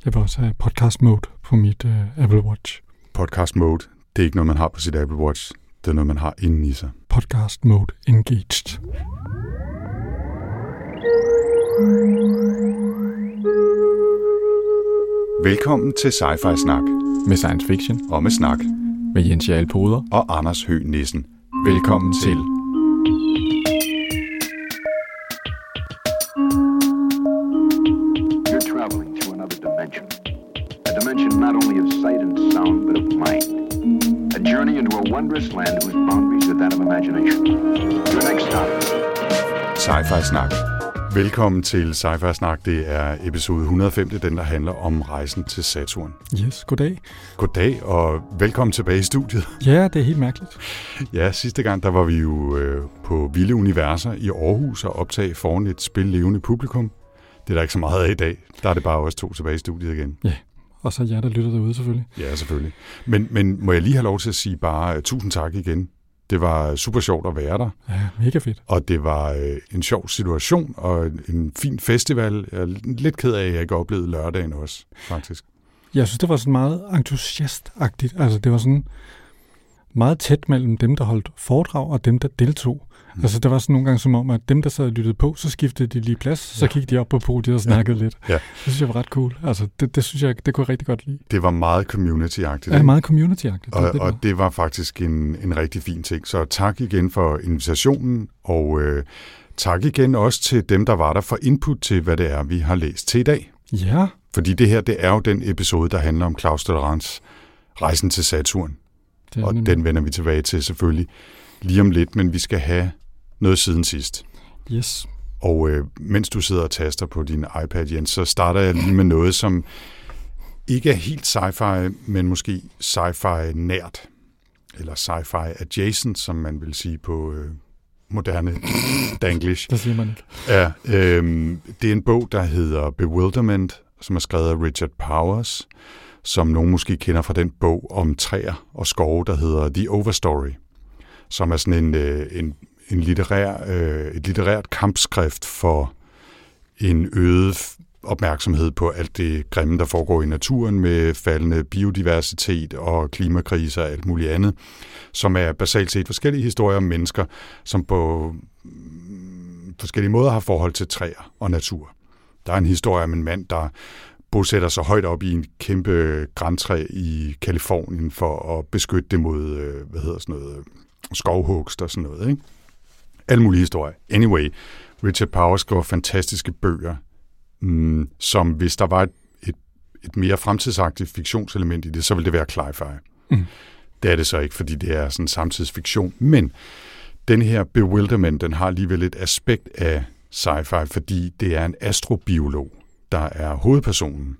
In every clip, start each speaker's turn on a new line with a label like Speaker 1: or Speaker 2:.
Speaker 1: Jeg vil også have podcast mode på mit Apple Watch.
Speaker 2: Podcast mode, det er ikke noget, man har på sit Apple Watch. Det er noget, man har inden i sig.
Speaker 1: Podcast mode engaged.
Speaker 2: Velkommen til Sci-Fi Snak.
Speaker 3: Med science fiction.
Speaker 2: Og med snak.
Speaker 3: Med Jens Jarl Poder.
Speaker 2: Og Anders Høgh Nissen.
Speaker 3: Velkommen til.
Speaker 4: You're traveling to another dimension. A dimension not only of sight and sound, but of mind. A journey into a wondrous land whose boundaries are that of imagination. Your next stop.
Speaker 2: Sci-Fi Snak. Velkommen til Sci-Fi Snak. Det er episode 105, den der handler om rejsen til Saturn.
Speaker 1: Yes, goddag.
Speaker 2: Goddag, og velkommen tilbage i studiet.
Speaker 1: Ja, det er helt mærkeligt.
Speaker 2: Ja, sidste gang der var vi jo på Vilde Universer i Aarhus og optag foran et spillevende publikum. Det er der ikke så meget af i dag. Der er det bare os to tilbage i studiet igen.
Speaker 1: Ja, og så jer, der lytter derude selvfølgelig.
Speaker 2: Ja, selvfølgelig. Men må jeg lige have lov til at sige bare tusind tak igen. Det var super sjovt at være der.
Speaker 1: Ja, mega fedt.
Speaker 2: Og det var en sjov situation og en fin festival. Jeg er lidt ked af, at jeg ikke oplevede lørdagen også, faktisk.
Speaker 1: Jeg synes, det var sådan meget entusiastagtigt. Altså, det var sådan meget tæt mellem dem, der holdt foredrag, og dem, der deltog. Altså, det var sådan nogle gange som om, at dem, der sad og lyttede på, så skiftede de lige plads, så gik de op på podiet og snakkede lidt.
Speaker 2: Ja.
Speaker 1: Det synes jeg var ret cool. Altså, det synes jeg, det kunne jeg rigtig godt lide.
Speaker 2: Det var meget community-agtigt.
Speaker 1: Ja, meget community-agtigt.
Speaker 2: Og det var faktisk en rigtig fin ting. Så tak igen for invitationen, og tak igen også til dem, der var der for input til, hvad det er, vi har læst til i dag.
Speaker 1: Ja.
Speaker 2: Fordi det her, det er jo den episode, der handler om Klaus Dollars rejsen til Saturn. Og den vender vi tilbage til selvfølgelig lige om lidt, men vi skal have noget siden sidst.
Speaker 1: Yes. Og
Speaker 2: mens du sidder og taster på din iPad, Jens, så starter jeg lige med noget, som ikke er helt sci-fi, men måske sci-fi nært, eller sci-fi adjacent, som man vil sige på moderne danglish.
Speaker 1: Det siger man ikke.
Speaker 2: Ja, det er en bog, der hedder Bewilderment, som er skrevet af Richard Powers, som nogen måske kender fra den bog om træer og skove, der hedder The Overstory, som er sådan et litterært kampskrift for en øget opmærksomhed på alt det grimme, der foregår i naturen med faldende biodiversitet og klimakriser og alt muligt andet, som er basalt set forskellige historier om mennesker, som på forskellige måder har forhold til træer og natur. Der er en historie om en mand, der bosætter sig højt op i en kæmpe grantræ i Kalifornien for at beskytte det mod, skovhugst og sådan noget, ikke? Alle mulige historier. Anyway, Richard Powers skriver fantastiske bøger, som hvis der var et mere fremtidsagtigt fiktionselement i det, så ville det være sci-fi. Det er det så ikke, fordi det er sådan samtidsfiktion. Men den her Bewilderment, den har alligevel et aspekt af sci-fi, fordi det er en astrobiolog, der er hovedpersonen.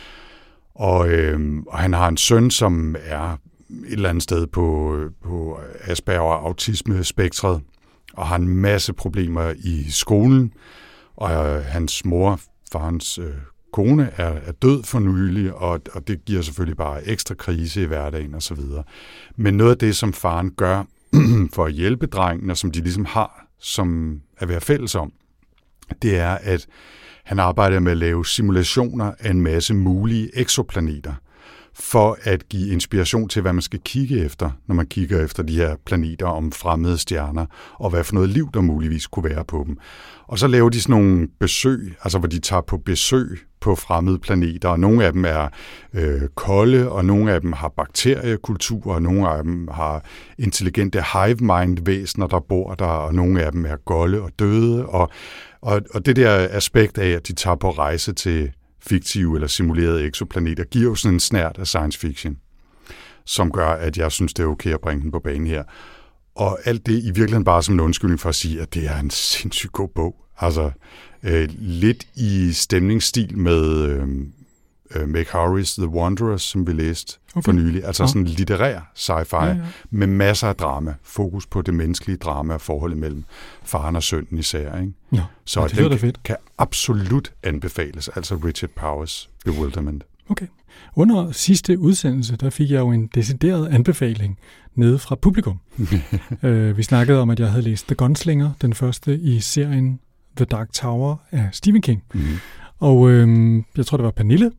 Speaker 2: Og han har en søn, som er et eller andet sted på Asperger- og autisme-spektret, og har en masse problemer i skolen, og hans mor, farens kone, er død for nylig, og det giver selvfølgelig bare ekstra krise i hverdagen osv. Men noget af det, som faren gør for at hjælpe drengen, og som de ligesom har, som at være fælles om, det er, at han arbejder med at lave simulationer af en masse mulige eksoplaneter, for at give inspiration til, hvad man skal kigge efter, når man kigger efter de her planeter om fremmede stjerner, og hvad for noget liv, der muligvis kunne være på dem. Og så laver de sådan nogle besøg, altså hvor de tager på besøg på fremmede planeter, og nogle af dem er kolde, og nogle af dem har bakteriekultur, og nogle af dem har intelligente hive-mind-væsener, der bor der, og nogle af dem er golde og døde, og det der aspekt af, at de tager på rejse til fiktive eller simulerede eksoplaneter, giver jo sådan en snert af science fiction, som gør, at jeg synes, det er okay at bringe den på banen her. Og alt det i virkeligheden bare som en undskyldning for at sige, at det er en sindssygt god bog. Altså lidt i stemningsstil med Meg Howry's The Wanderers, som vi læste for nylig. Altså sådan litterær sci-fi med masser af drama. Fokus på det menneskelige drama og forholdet mellem faren og sønnen især. Ikke?
Speaker 1: Ja,
Speaker 2: så den kan absolut anbefales. Altså Richard Powers Bewilderment.
Speaker 1: Okay. Under sidste udsendelse, der fik jeg jo en decideret anbefaling nede fra publikum. Vi snakkede om, at jeg havde læst The Gunslinger, den første i serien The Dark Tower af Stephen King. Og jeg tror, det var Pernille,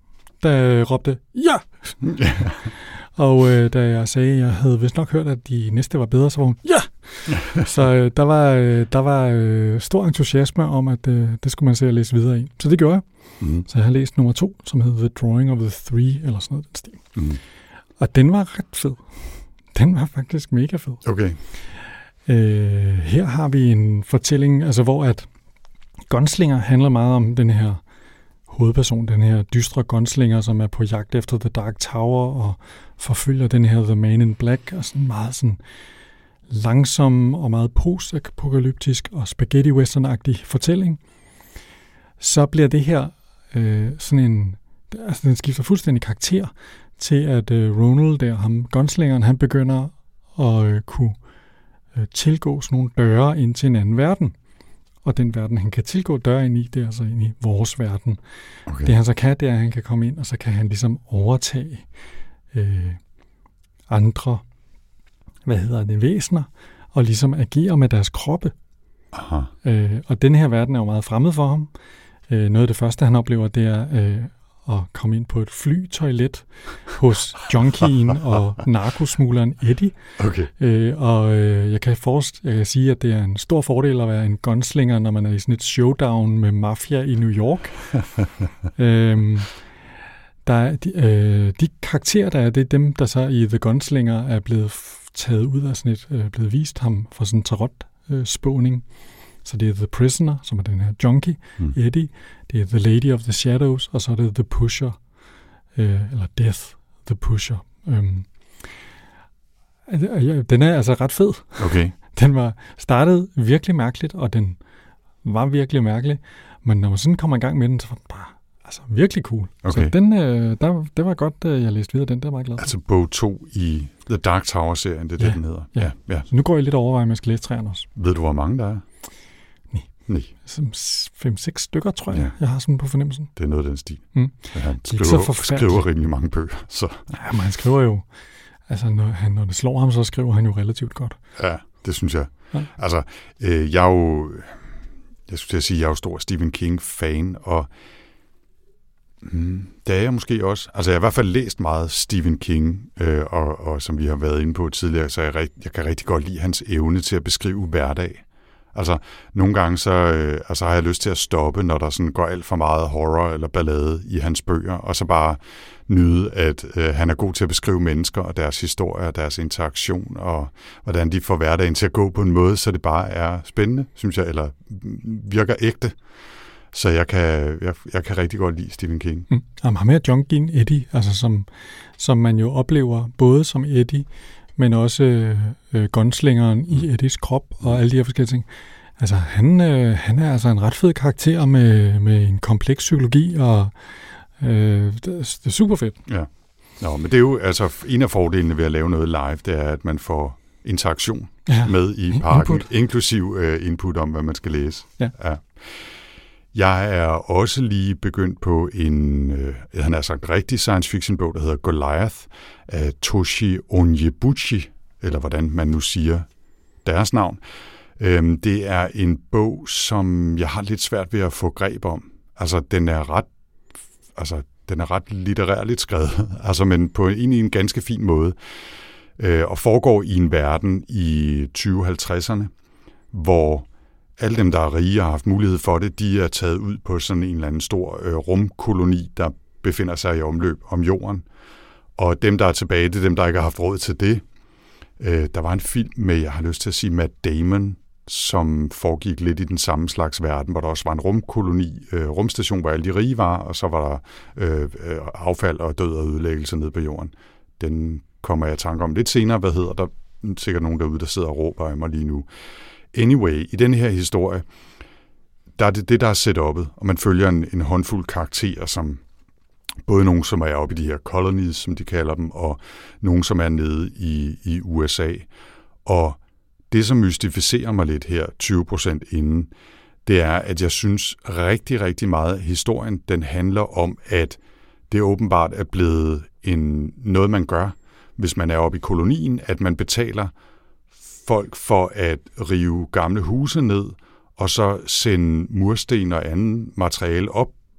Speaker 1: der råbte, ja! Og da jeg sagde, at jeg havde vist nok hørt, at de næste var bedre, så var hun, ja! Så der var stor entusiasme om, at det skulle man se at læse videre i. Så det gjorde jeg. Mm. Så jeg har læst nummer 2, som hedder The Drawing of the Three, eller sådan noget den stil. Mm. Og den var ret fed. Den var faktisk mega fed.
Speaker 2: Okay.
Speaker 1: Her har vi en fortælling, altså hvor at Gunslinger handler meget om den her hovedperson, den her dystre gunslinger, som er på jagt efter The Dark Tower og forfølger den her The Man in Black, og sådan meget sådan langsom og meget post-apokalyptisk og spaghetti western-agtig fortælling. Så bliver det her sådan en, altså den skifter fuldstændig karakter til, at Ronald der, ham gunslingeren, han begynder at kunne tilgå sådan nogle døre ind til en anden verden. Og den verden, han kan tilgå døre ind i, det er altså ind i vores verden. Okay. Det han så kan, det er, at han kan komme ind, og så kan han ligesom overtage andre, væsener, og ligesom agere med deres kroppe. Aha. Og den her verden er jo meget fremmed for ham. Noget af det første, han oplever, det er at komme ind på et flytoilet hos junkien og narkosmugleren Eddie. Okay. Jeg kan sige, at det er en stor fordel at være en gunslinger, når man er i sådan et showdown med mafia i New York. De karakterer, der er, det er dem, der så i The Gunslinger er blevet taget ud af sådan et, blevet vist ham for sådan en tarot-spåning. Så det er The Prisoner, som er den her junkie, Eddie. Det er The Lady of the Shadows, og så er det The Pusher, eller Death, The Pusher. Den er altså ret fed. Okay. Den var startet virkelig mærkeligt, og den var virkelig mærkelig. Men når man sådan kommer i gang med den, så var den bare virkelig cool. Okay. Så den, det var godt, jeg læste videre den. Der var meget glad. Altså
Speaker 2: bog 2 i The Dark Tower-serien, det er det, den hedder.
Speaker 1: Ja. Så nu går jeg lidt overveje, om jeg skal læse 3'eren også.
Speaker 2: Ved du, hvor mange der er?
Speaker 1: 5-6 stykker, tror jeg, jeg har sådan på fornemmelsen.
Speaker 2: Det er noget af den stil. Han skriver rimelig mange bøger. Så.
Speaker 1: Ja, men han skriver jo, altså når det slår ham, så skriver han jo relativt godt.
Speaker 2: Ja, det synes jeg. Ja. Altså, jeg er jo stor Stephen King-fan, og det er jeg måske også. Altså, jeg har i hvert fald læst meget Stephen King, og som vi har været inde på tidligere, så jeg kan rigtig godt lide hans evne til at beskrive hverdag. Altså, nogle gange så har jeg lyst til at stoppe, når der sådan går alt for meget horror eller ballade i hans bøger, og så bare nyde, at han er god til at beskrive mennesker og deres historie og deres interaktion, og hvordan de får hverdagen til at gå på en måde, så det bare er spændende, synes jeg, eller virker ægte. Så jeg kan rigtig godt lide Stephen King.
Speaker 1: Ham her junkien Eddie, altså som man jo oplever både som Eddie, men også gunslingeren i Eddies krop og alle de her forskellige ting. Altså, han er altså en ret fed karakter med en kompleks psykologi, og det er super fedt.
Speaker 2: Ja. Nå, men det er jo altså en af fordelene ved at lave noget live, det er, at man får interaktion med i parken, inklusiv input om, hvad man skal læse. Ja. Jeg er også lige begyndt på han har sagt rigtig science fiction bog, der hedder Goliath, af Toshi Onyebuchi, eller hvordan man nu siger deres navn. Det er en bog, som jeg har lidt svært ved at få greb om. Altså, den er ret litterærligt skrevet, men på en ganske fin måde, og foregår i en verden i 2050'erne, hvor alle dem, der er rige og har haft mulighed for det, de er taget ud på sådan en eller anden stor rumkoloni, der befinder sig i omløb om jorden. Og dem, der er tilbage, det er dem, der ikke har haft råd til det. Der var en film med, jeg har lyst til at sige, Matt Damon, som foregik lidt i den samme slags verden, hvor der også var en rumkoloni, rumstation, hvor alle de rige var, og så var der affald og død og ødelæggelse nede på jorden. Den kommer jeg i tanke om lidt senere. Hvad hedder der? Sikkert nogen derude, der sidder og råber af mig lige nu. Anyway, i den her historie, der er det der er setup'et, og man følger en håndfuld karakterer, som både nogen, som er oppe i de her colonies, som de kalder dem, og nogen, som er nede i USA. Og det, som mystificerer mig lidt her, 20% inden, det er, at jeg synes rigtig, rigtig meget af historien, den handler om, at det åbenbart er blevet noget, man gør, hvis man er oppe i kolonien, at man betaler folk for at rive gamle huse ned, og så sende mursten og anden materiale op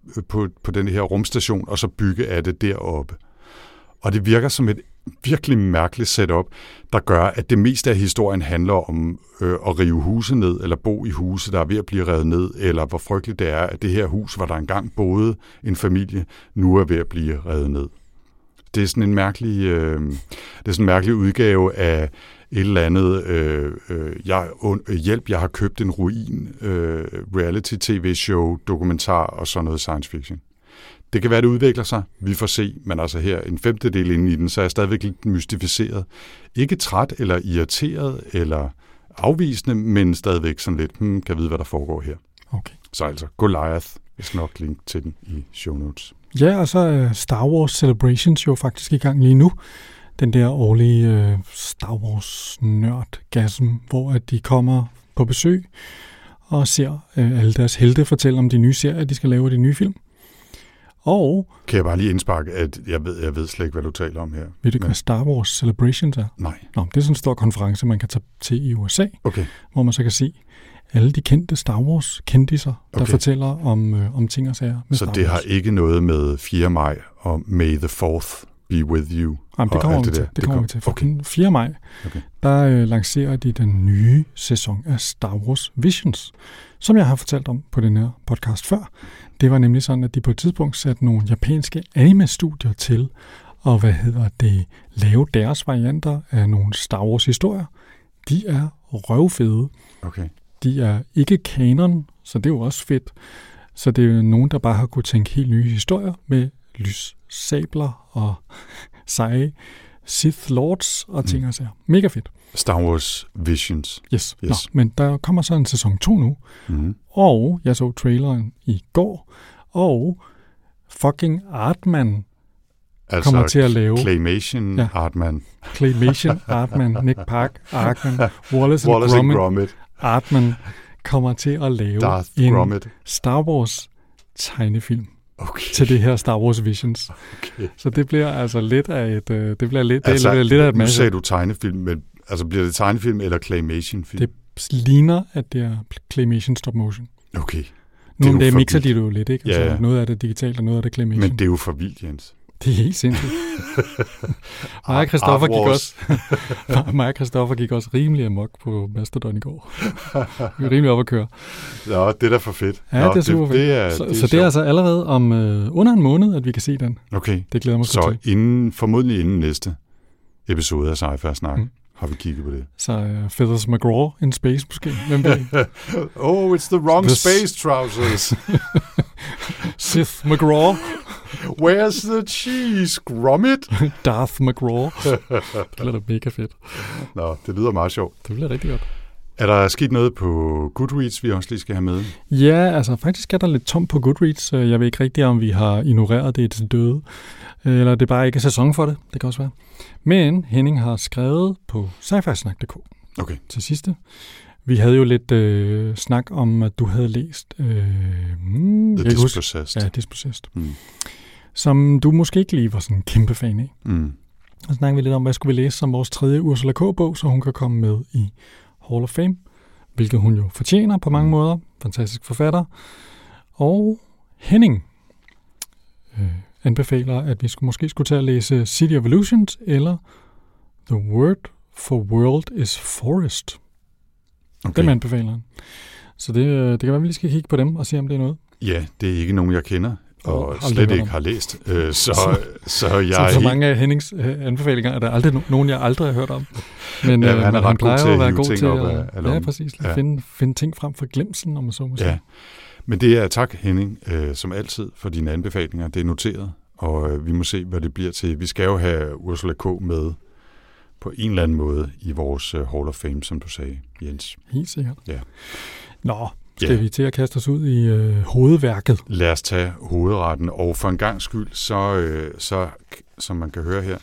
Speaker 2: på den her rumstation, og så bygge af det deroppe. Og det virker som et virkelig mærkeligt setup, der gør, at det meste af historien handler om at rive huse ned, eller bo i huse, der er ved at blive revet ned, eller hvor frygteligt det er, at det her hus, hvor der engang boede en familie, nu er ved at blive revet ned. Det er sådan en mærkelig udgave af et eller andet hjælp, jeg har købt en ruin, reality-tv-show, dokumentar og sådan noget science fiction. Det kan være, det udvikler sig. Vi får se, men altså her en femtedel inde i den, så er jeg stadigvæk lidt mystificeret. Ikke træt eller irriteret eller afvisende, men stadigvæk sådan lidt, kan vide, hvad der foregår her.
Speaker 1: Okay.
Speaker 2: Så altså, Goliath. Jeg skal nok linke til den i show notes.
Speaker 1: Ja, og så er Star Wars Celebrations jo faktisk i gang lige nu. Den der årlige Star Wars nørd-gasm, hvor at de kommer på besøg og ser alle deres helte fortælle om de nye serier, de skal lave af de nye film. Og
Speaker 2: kan jeg bare lige indsparke, at jeg ved slet ikke, hvad du taler om her.
Speaker 1: Ved du, hvad Star Wars Celebrations er?
Speaker 2: Nej.
Speaker 1: Nå, det er sådan en stor konference, man kan tage til i USA,
Speaker 2: okay.
Speaker 1: Hvor man så kan se alle de kendte Star Wars-kendiser, der fortæller om ting og sager med
Speaker 2: så
Speaker 1: Star
Speaker 2: det
Speaker 1: Wars.
Speaker 2: Har ikke noget med 4. maj og May the 4th be with you?
Speaker 1: Jamen, det kommer vi til. Det kommer vi til. For 4. maj, der lancerer de den nye sæson af Star Wars Visions, som jeg har fortalt om på den her podcast før. Det var nemlig sådan, at de på et tidspunkt satte nogle japanske anime-studier til at, lave deres varianter af nogle Star Wars-historier. De er røvfede.
Speaker 2: Okay.
Speaker 1: De er ikke kanon, så det er jo også fedt. Så det er jo nogen, der bare har kunne tænke helt nye historier med lyssabler og seje Sith Lords og ting og sager. Mega fedt.
Speaker 2: Star Wars Visions.
Speaker 1: Yes. Nå, men der kommer så en sæson 2 nu. Mm-hmm. Og jeg så traileren i går. Og fucking Artman
Speaker 2: altså
Speaker 1: kommer til at lave...
Speaker 2: Claymation Artman.
Speaker 1: Claymation Artman. Nick Park Artman. Wallace and Gromit. Artman kommer til at lave en Star Wars tegnefilm. Okay. Til det her Star Wars Visions. Okay. Så det bliver altså lidt af et lidt af et
Speaker 2: nu sagde du tegnefilm, men altså bliver det tegnefilm eller claymation-film?
Speaker 1: Det ligner, at det er claymation stop motion.
Speaker 2: Okay.
Speaker 1: Nu det mixer de det jo lidt, ikke? Altså, noget af det digitalt, og noget af det claymation.
Speaker 2: Men det er jo for vildt, Jens.
Speaker 1: Det er helt sindssygt. Mig og Christoffer gik også rimelig amok på Mastodon i går. Vi er rimelig op at køre.
Speaker 2: Nå, det er da for fedt.
Speaker 1: Ja, det er super fedt. Så det er altså allerede om under en måned, at vi kan se den.
Speaker 2: Okay.
Speaker 1: Det glæder mig
Speaker 2: så til. Formodentlig inden næste episode af Sci-Fi Snak har vi kigget på det.
Speaker 1: Så Feathers McGraw in space måske. Hvem ved?
Speaker 2: It's the wrong space trousers.
Speaker 1: Sith McGraw.
Speaker 2: Where's the cheese, Gromit?
Speaker 1: Darth McGraw. Det lyder mega fedt.
Speaker 2: Nå, det lyder meget sjovt.
Speaker 1: Det bliver rigtig godt.
Speaker 2: Er der sket noget på Goodreads, vi også lige skal have med?
Speaker 1: Ja, altså faktisk er der lidt tomt på Goodreads. Jeg ved ikke rigtigt, om vi har ignoreret det til døde. Eller det bare ikke er sæson for det. Det kan også være. Men Henning har skrevet på sci-fi-snak.dk til sidste. Vi havde jo lidt snak om, at du havde læst...
Speaker 2: The Dispossessed.
Speaker 1: Ja, Dispossessed. Som du måske ikke lige var sådan en kæmpe fan af. Så snakkede vi lidt om, hvad skulle vi læse som vores 3. Ursula K-bog, så hun kan komme med i Hall of Fame, hvilket hun jo fortjener på mange måder. Fantastisk forfatter. Og Henning anbefaler, at vi måske skulle tage at læse City of Illusions eller The Word for World is Forest. Okay. Dem anbefaler han. Så det kan være, at vi lige skal kigge på dem og se, om det er noget.
Speaker 2: Ja, det er ikke nogen, jeg kender, og slet ikke har læst. Så
Speaker 1: mange af Hennings anbefalinger er der aldrig nogen, jeg aldrig har hørt om. Men
Speaker 2: han
Speaker 1: plejer
Speaker 2: at
Speaker 1: være god til
Speaker 2: at
Speaker 1: ja, præcis. Finde ting frem for glemsen, om man så må sige.
Speaker 2: Ja, men det er tak, Henning, som altid for dine anbefalinger. Det er noteret, og vi må se, hvad det bliver til. Vi skal jo have Ursula K. med på en eller anden måde i vores Hall of Fame, som du sagde, Jens. Helt
Speaker 1: sikkert.
Speaker 2: Ja.
Speaker 1: Nå, skal vi til at kaste os ud i hovedværket?
Speaker 2: Lad os tage hovedretten, og for en gang skyld, så som man kan høre her,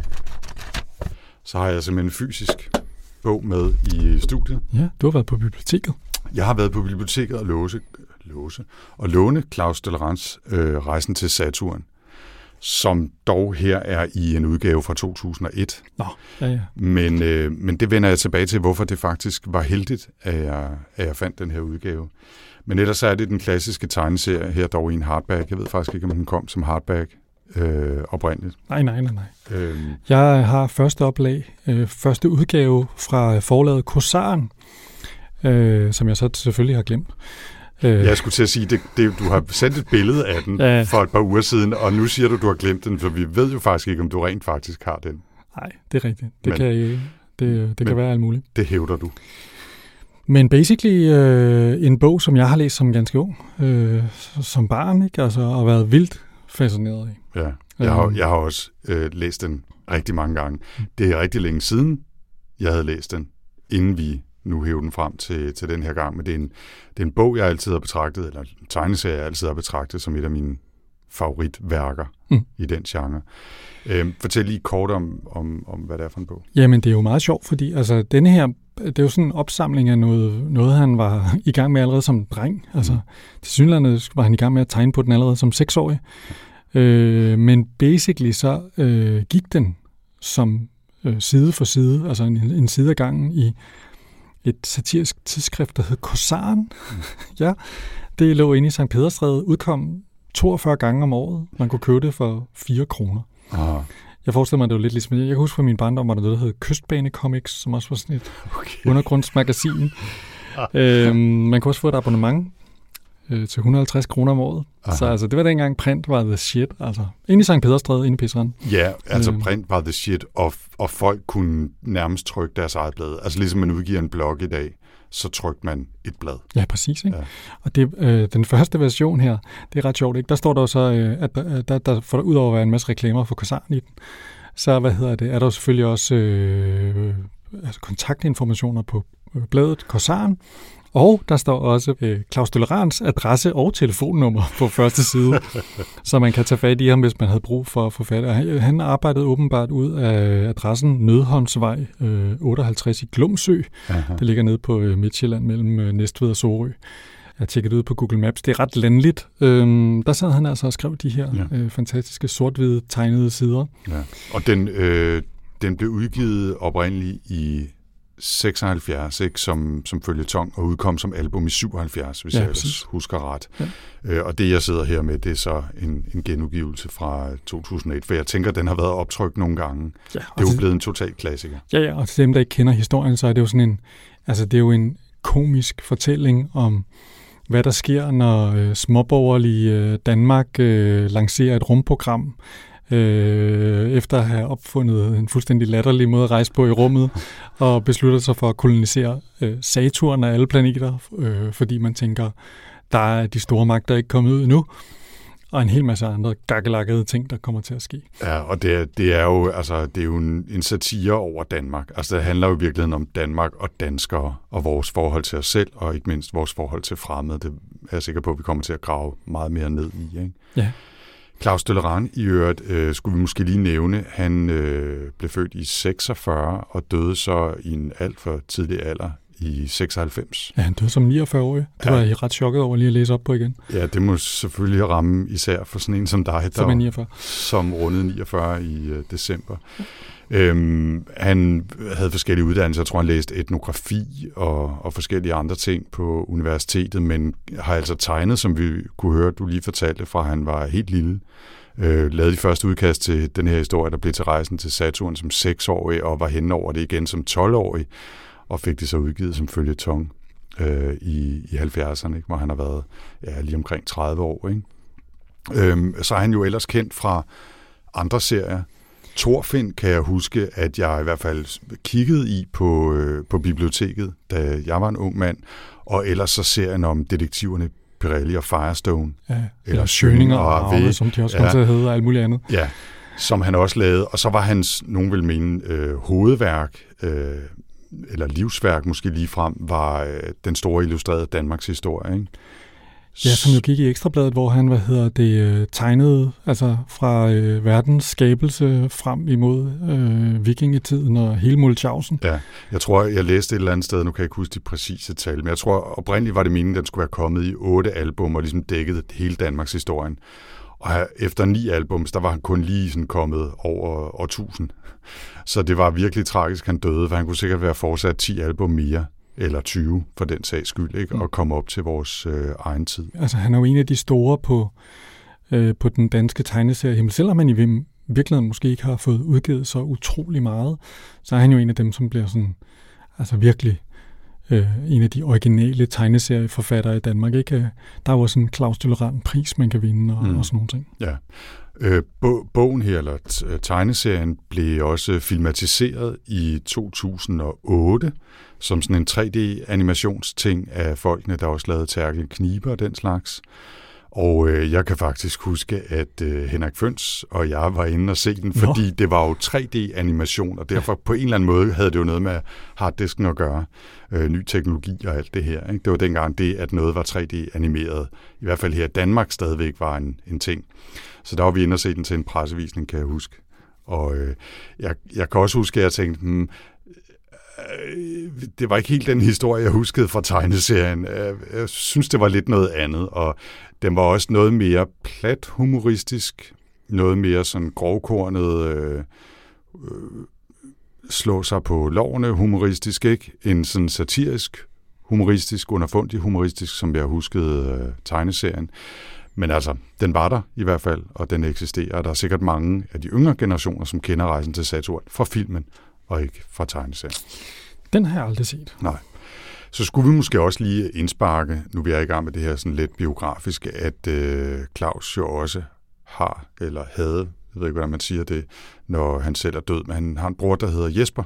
Speaker 2: så har jeg simpelthen en fysisk bog med i studiet.
Speaker 1: Ja, du har været på biblioteket.
Speaker 2: Jeg har været på biblioteket og låne Claus Dellerans Rejsen til Saturn. som dog her er i en udgave fra 2001.
Speaker 1: Nå, ja.
Speaker 2: Men det vender jeg tilbage til, hvorfor det faktisk var heldigt, at jeg fandt den her udgave. Men ellers så er det den klassiske tegneserie her dog i en hardback. Jeg ved faktisk ikke, om den kom som hardback oprindeligt.
Speaker 1: Nej. Jeg har første oplag, første udgave fra forlaget Korsaren, som jeg så selvfølgelig har glemt.
Speaker 2: Jeg skulle til at sige, du har sendt et billede af den for et par uger siden, og nu siger du har glemt den, for vi ved jo faktisk ikke, om du rent faktisk har den.
Speaker 1: Nej, det er rigtigt. Det kan være alt muligt.
Speaker 2: Det hævder du.
Speaker 1: Men basically en bog, som jeg har læst som ganske ung, som barn, ikke? Altså, og været vildt fascineret af.
Speaker 2: Ja, jeg har også læst den rigtig mange gange. Det er rigtig længe siden, jeg havde læst den, inden vi nu hæver den frem til den her gang. Men det er en bog, jeg altid har betragtet, eller en tegneserie, jeg altid har betragtet som et af mine favoritværker i den genre. Fortæl lige kort om, hvad det er for en bog.
Speaker 1: Jamen, det er jo meget sjovt, fordi altså, denne her, det er jo sådan en opsamling af noget han var i gang med allerede som dreng. Altså, tilsyneladende var han i gang med at tegne på den allerede som 6-årig. Men basically så gik den som side for side, altså en side af gangen i et satirisk tidsskrift, der hed Korsaren. Ja, det lå inde i Sankt Pederstræde, udkom 42 gange om året. Man kunne købe det for 4 kroner.
Speaker 2: Aha.
Speaker 1: Jeg forestiller mig, det var lidt ligesom, jeg kan huske fra min barndom, var der noget, der hed Kystbane Comics, som også var sådan et undergrundsmagasin. Man kunne også få et abonnement til 150 kroner om året. Aha. Så altså, det var dengang print var the shit. Altså, inde i Sankt Pederstræde, inde i Pisseren.
Speaker 2: Ja, altså print var the shit, og folk kunne nærmest trykke deres eget blad. Altså ligesom man udgiver en blog i dag, så trykte man et blad.
Speaker 1: Ja, præcis. Ikke? Ja. Og det, den første version her, det er ret sjovt, ikke? Der står der jo så, at der for udover at være en masse reklamer for Korsaren i den, så er der jo selvfølgelig også kontaktinformationer på bladet Korsaren. Og der står også Claus Dollerans adresse og telefonnummer på første side, så man kan tage fat i ham, hvis man havde brug for at få fat. Han arbejdede åbenbart ud af adressen Nødholmsvej 58 i Glumsø. Aha. Det ligger nede på Midtjylland mellem Næstved og Sorø. Jeg tjekkede ud på Google Maps. Det er ret landligt. Der sad han altså og skrev de her fantastiske sort-hvide tegnede sider. Ja.
Speaker 2: Og den blev udgivet oprindeligt i 76, ikke, som føljeton, og udkom som album i 77, hvis jeg ellers husker ret. Ja. Og det, jeg sidder her med, det er så en genudgivelse fra 2001, for jeg tænker, den har været optrykt nogle gange. Ja, det er jo blevet en total klassiker.
Speaker 1: Ja, og til dem, der ikke kender historien, så er det jo sådan det er jo en komisk fortælling om, hvad der sker, når småborgerlige Danmark lancerer et rumprogram, efter at have opfundet en fuldstændig latterlig måde at rejse på i rummet, og beslutter sig for at kolonisere Saturn af alle planeter, fordi man tænker, der er de store magter ikke kommet ud endnu, og en hel masse andre gakkelakkede ting, der kommer til at ske.
Speaker 2: Ja, og det er jo en satire over Danmark. Altså det handler jo i virkeligheden om Danmark og danskere, og vores forhold til os selv, og ikke mindst vores forhold til fremmede. Det er jeg sikker på, at vi kommer til at grave meget mere ned i, ikke? Ja. Claus Dolleran i øvrigt, skulle vi måske lige nævne, han blev født i 46 og døde så i en alt for tidlig alder i 96.
Speaker 1: Ja, han døde som 49-årig. Det var jeg ret chokket over lige at læse op på igen.
Speaker 2: Ja, det må selvfølgelig ramme især for sådan en som dig,
Speaker 1: som er 49.
Speaker 2: Som rundede 49 i december. Han havde forskellige uddannelser. Jeg tror, han læste etnografi og forskellige andre ting på universitetet, men har altså tegnet, som vi kunne høre, du lige fortalte, fra han var helt lille. Lavede de første udkast til den her historie, der blev til rejsen til Saturn som 6-årig, og var henne over det igen som 12-årig, og fik det så udgivet som føljeton i 70'erne, ikke? Hvor han har været lige omkring 30 år. Ikke? Så er han jo ellers kendt fra andre serier. Thorfinn kan jeg huske, at jeg i hvert fald kiggede i på biblioteket, da jeg var en ung mand, og ellers så serien om detektiverne Pirelli og Firestone.
Speaker 1: Ja, eller Schöninger og Arve, som de også kommer til at hedde, og alt muligt andet.
Speaker 2: Ja, som han også lavede. Og så var hans, nogen vil mene, hovedværk, eller livsværk måske ligefrem, var den store illustrerede Danmarks historie, ikke?
Speaker 1: Ja, som jo gik i Ekstrabladet, hvor han, tegnede altså fra verdens skabelse frem imod vikingetiden og hele Mulchausen.
Speaker 2: Ja, jeg tror, jeg læste et eller andet sted, nu kan jeg ikke huske de præcise tal, men jeg tror oprindeligt var det meningen, at den skulle være kommet i 8 album og ligesom dækket hele Danmarks historien. Og efter 9 albums, der var han kun lige sådan kommet over 1000. Så det var virkelig tragisk, han døde, for han kunne sikkert være fortsat 10 album mere, eller 20 for den sags skyld, ikke? Og komme op til vores egen tid.
Speaker 1: Altså han er jo en af de store på den danske tegneseriehimmel. Selvom man i virkeligheden måske ikke har fået udgivet så utrolig meget, så er han jo en af dem, som bliver sådan, altså virkelig en af de originale tegneserieforfattere i Danmark. Ikke? Der er jo også en Claus Døllerand-pris, man kan vinde, og sådan nogle ting.
Speaker 2: Ja. Bogen her, eller tegneserien, blev også filmatiseret i 2008, som sådan en 3D-animationsting af folkene, der også lavede Terkel Knibe og den slags. Og jeg kan faktisk huske, at Henrik Føns og jeg var inde og se den, fordi det var jo 3D-animation, og derfor på en eller anden måde havde det jo noget med harddisken at gøre. Ny teknologi og alt det her. Ikke? Det var dengang det, at noget var 3D-animeret. I hvert fald her i Danmark stadigvæk var en ting. Så der var vi inde og se den til en pressevisning, kan jeg huske. Og jeg kan også huske, at jeg tænkte, det var ikke helt den historie, jeg huskede fra tegneserien. Jeg synes, det var lidt noget andet, og den var også noget mere plat humoristisk, noget mere sådan grovkornet, slå sig på lovene humoristisk, ikke? En sådan satirisk humoristisk, underfundig humoristisk, som jeg huskede tegneserien. Men altså, den var der i hvert fald, og den eksisterer. Der er sikkert mange af de yngre generationer, som kender Rejsen til Saturn fra filmen, og ikke fra tegneserien.
Speaker 1: Den har jeg aldrig set.
Speaker 2: Nej. Så skulle vi måske også lige indsparke, nu vi er i gang med det her sådan lidt biografiske, at Claus jo også har, eller havde, jeg ved ikke, hvordan man siger det, når han selv er død, men han har en bror, der hedder Jesper,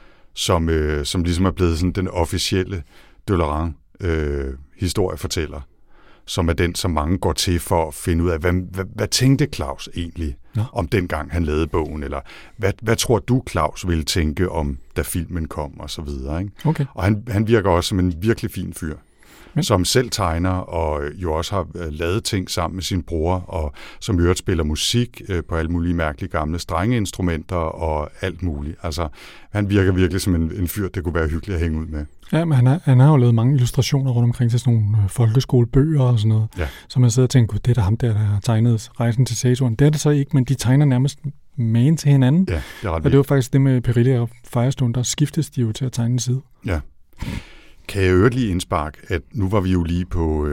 Speaker 2: som ligesom er blevet sådan den officielle Døllerand historiefortæller, som er den, som mange går til for at finde ud af, hvad tænkte Claus egentlig om dengang han lavede bogen, eller hvad tror du, Claus ville tænke om, da filmen kom, og så videre. Ikke?
Speaker 1: Okay.
Speaker 2: Og han virker også som en virkelig fin fyr, som selv tegner, og jo også har lavet ting sammen med sin bror, og som i øvrigt spiller musik på alle mulige mærkelige gamle strengeinstrumenter og alt muligt. Altså, han virker virkelig som en fyr, det kunne være hyggeligt at hænge ud med.
Speaker 1: Ja, men han har jo lavet mange illustrationer rundt omkring til sådan nogle folkeskolebøger og sådan noget, som jeg sidder og tænker, det er da ham der har tegnet Rejsen til Saturn. Det er det så ikke, men de tegner nærmest magen til hinanden.
Speaker 2: Ja, det er ret
Speaker 1: og det var faktisk det med Perilli og Firestone, der skiftes de jo til at tegne en side.
Speaker 2: Ja. Kan jeg øvrigt lige indsparke, at nu var vi jo lige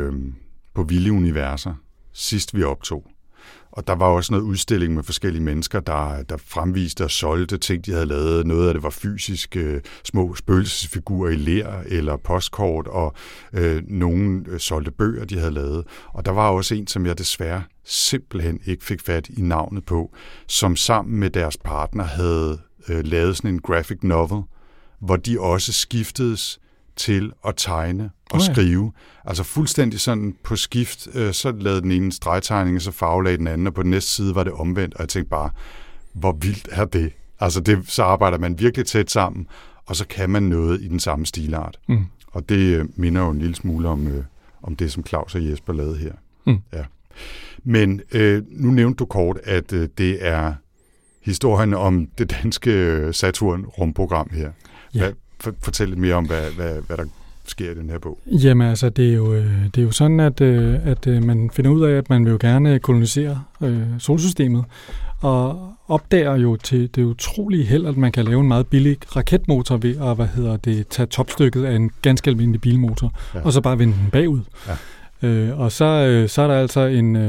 Speaker 2: på Vilde Universer, sidst vi optog. Og der var også noget udstilling med forskellige mennesker, der fremviste og solgte ting, de havde lavet. Noget af det var fysiske små spøgelsesfigurer i ler eller postkort, og nogle solgte bøger, de havde lavet. Og der var også en, som jeg desværre simpelthen ikke fik fat i navnet på, som sammen med deres partner havde lavet sådan en graphic novel, hvor de også skiftedes til at tegne og skrive. Altså fuldstændig sådan på skift, så lavede den ene stregtegning, og så farvelagde den anden, og på den næste side var det omvendt, og jeg tænkte bare, hvor vildt er det? Altså så arbejder man virkelig tæt sammen, og så kan man noget i den samme stilart. Mm. Og det minder jo en lille smule om det, som Claus og Jesper lavede her. Mm. Ja. Men nu nævnte du kort, at det er historien om det danske Saturn-rumprogram her. Ja. Fortæl lidt mere om, hvad der sker i den her bog. Jamen
Speaker 1: altså, det er jo sådan, at man finder ud af, at man vil jo gerne kolonisere solsystemet, og opdager jo til det utrolige held, at man kan lave en meget billig raketmotor ved at tage topstykket af en ganske almindelig bilmotor, og så bare vende den bagud. Ja. Og så er der altså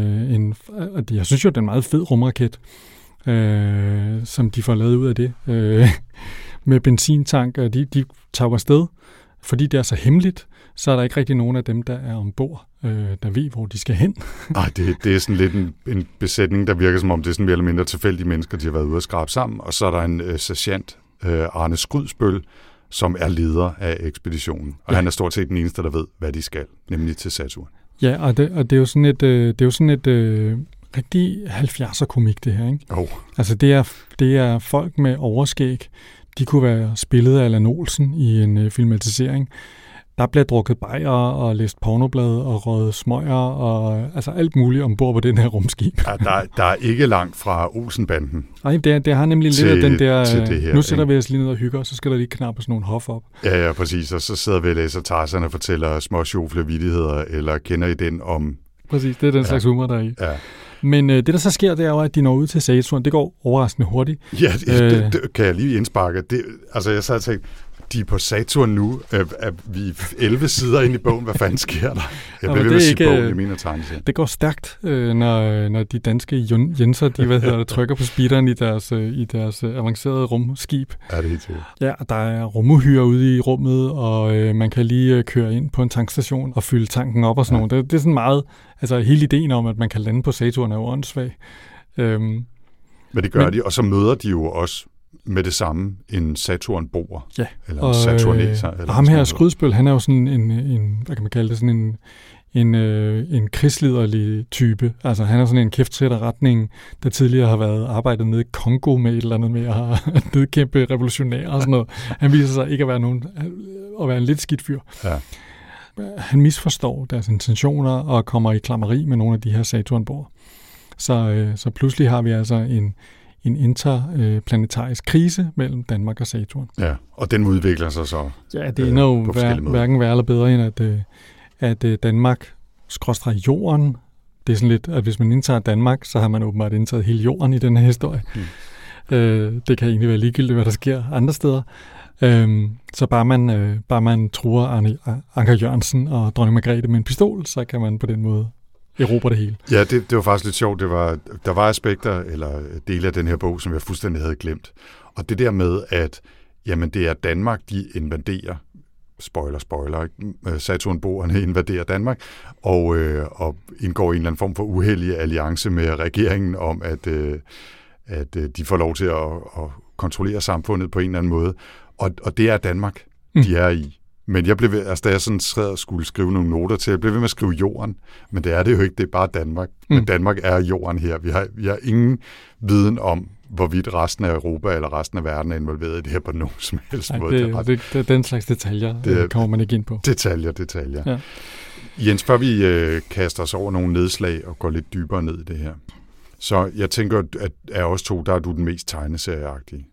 Speaker 1: jeg synes jo, det er en meget fed rumraket, som de får lavet ud af det. Med benzintank, og de tager afsted. Fordi det er så hemmeligt, så er der ikke rigtig nogen af dem, der er ombord, der ved, hvor de skal hen. Nej,
Speaker 2: det er sådan lidt en besætning, der virker som om, det er sådan mere eller mindre tilfældige mennesker, de har været ude at skrabe sammen. Og så er der en sergeant, Arne Skrydsbøl, som er leder af ekspeditionen. Og han er stort set den eneste, der ved, hvad de skal, nemlig til Saturn.
Speaker 1: Ja, og det er jo sådan et rigtig 70'er-komik, det her, ikke?
Speaker 2: Oh.
Speaker 1: Altså, det er folk med overskæg. De kunne være spillet af Allan Olsen i en filmatisering. Der bliver drukket bajer og læst pornoblad og røget smøger og altså alt muligt ombord på den her rumskib.
Speaker 2: Ja, der er ikke langt fra Olsenbanden.
Speaker 1: Nej, det har nemlig lidt af den der, her, nu sætter vi os lige ned og hygger, og så skal der lige knappe sådan nogle hof op.
Speaker 2: Ja, præcis. Og så sidder vi og læser Tarzan og fortæller småsjofle vittigheder, eller kender I den om...
Speaker 1: Præcis, det er den slags humor, der er i.
Speaker 2: Ja.
Speaker 1: Men det, der så sker, det er jo, at de når ud til Saturn. Det går overraskende hurtigt.
Speaker 2: Ja, det kan jeg lige indsparke. Altså, jeg sad og tænkte, de er på Saturn nu. Vi er 11 sider ind i bogen. Hvad fanden sker der? Jeg bliver ved med at sige bogen, jeg mener tegneserien.
Speaker 1: Det går stærkt, når de danske Jenser, de trykker på speederen i deres avancerede rumskib.
Speaker 2: Ja, det er helt sikkert.
Speaker 1: Ja, der er rumuhyre ude i rummet, og man kan lige køre ind på en tankstation og fylde tanken op og sådan noget. Det er sådan meget... Altså, hele ideen om, at man kan lande på Saturn er jo åndssvag.
Speaker 2: Men det gør de, og så møder de jo også med det samme en Saturn-boer.
Speaker 1: Ja.
Speaker 2: Eller en Saturneser.
Speaker 1: Og ham her, Skrydspøl, han er jo sådan en hvad kan man kalde det, sådan en krigsliderlig type. Altså, han er sådan en kæftsætterretning, der tidligere har været arbejdet nede i Kongo med et eller andet med at nedkæmpe revolutionære og sådan noget. Han viser sig ikke at være en lidt skidt fyr. Ja. Han misforstår deres intentioner og kommer i klammeri med nogle af de her Saturn-boer. Så pludselig har vi altså en interplanetarisk krise mellem Danmark og Saturn.
Speaker 2: Ja, og den udvikler sig så.
Speaker 1: Ja, det er jo hverken værre eller bedre end, at Danmark/Jorden, det er sådan lidt, at hvis man indtager Danmark, så har man åbenbart indtaget hele Jorden i den her historie. Det kan egentlig være ligegyldigt, hvad der sker andre steder. Så bare man truer Anker Jørgensen og dronning Margrethe med en pistol, så kan man på den måde erobre det hele.
Speaker 2: Ja, det var faktisk lidt sjovt. Der var aspekter eller dele af den her bog, som jeg fuldstændig havde glemt. Og det der med, at jamen, det er Danmark, de invaderer. Spoiler. Saturnboerne invaderer Danmark og indgår i en eller anden form for uheldig alliance med regeringen om, at de får lov til at kontrollere samfundet på en eller anden måde. Og det er Danmark, de er i. Men jeg blev ved, da jeg sådan skulle skrive nogle noter til, jeg blev ved med at skrive Jorden, men det er det jo ikke, det er bare Danmark. Men Danmark er Jorden her. Vi har ingen viden om, hvorvidt resten af Europa eller resten af verden er involveret i det her på nogen som helst måde.
Speaker 1: Det er den slags detaljer, kommer man ikke ind på.
Speaker 2: Detaljer. Ja. Jens, før vi kaster os over nogle nedslag og går lidt dybere ned i det her, så jeg tænker, at af os to, der er du den mest tegneserieagtige.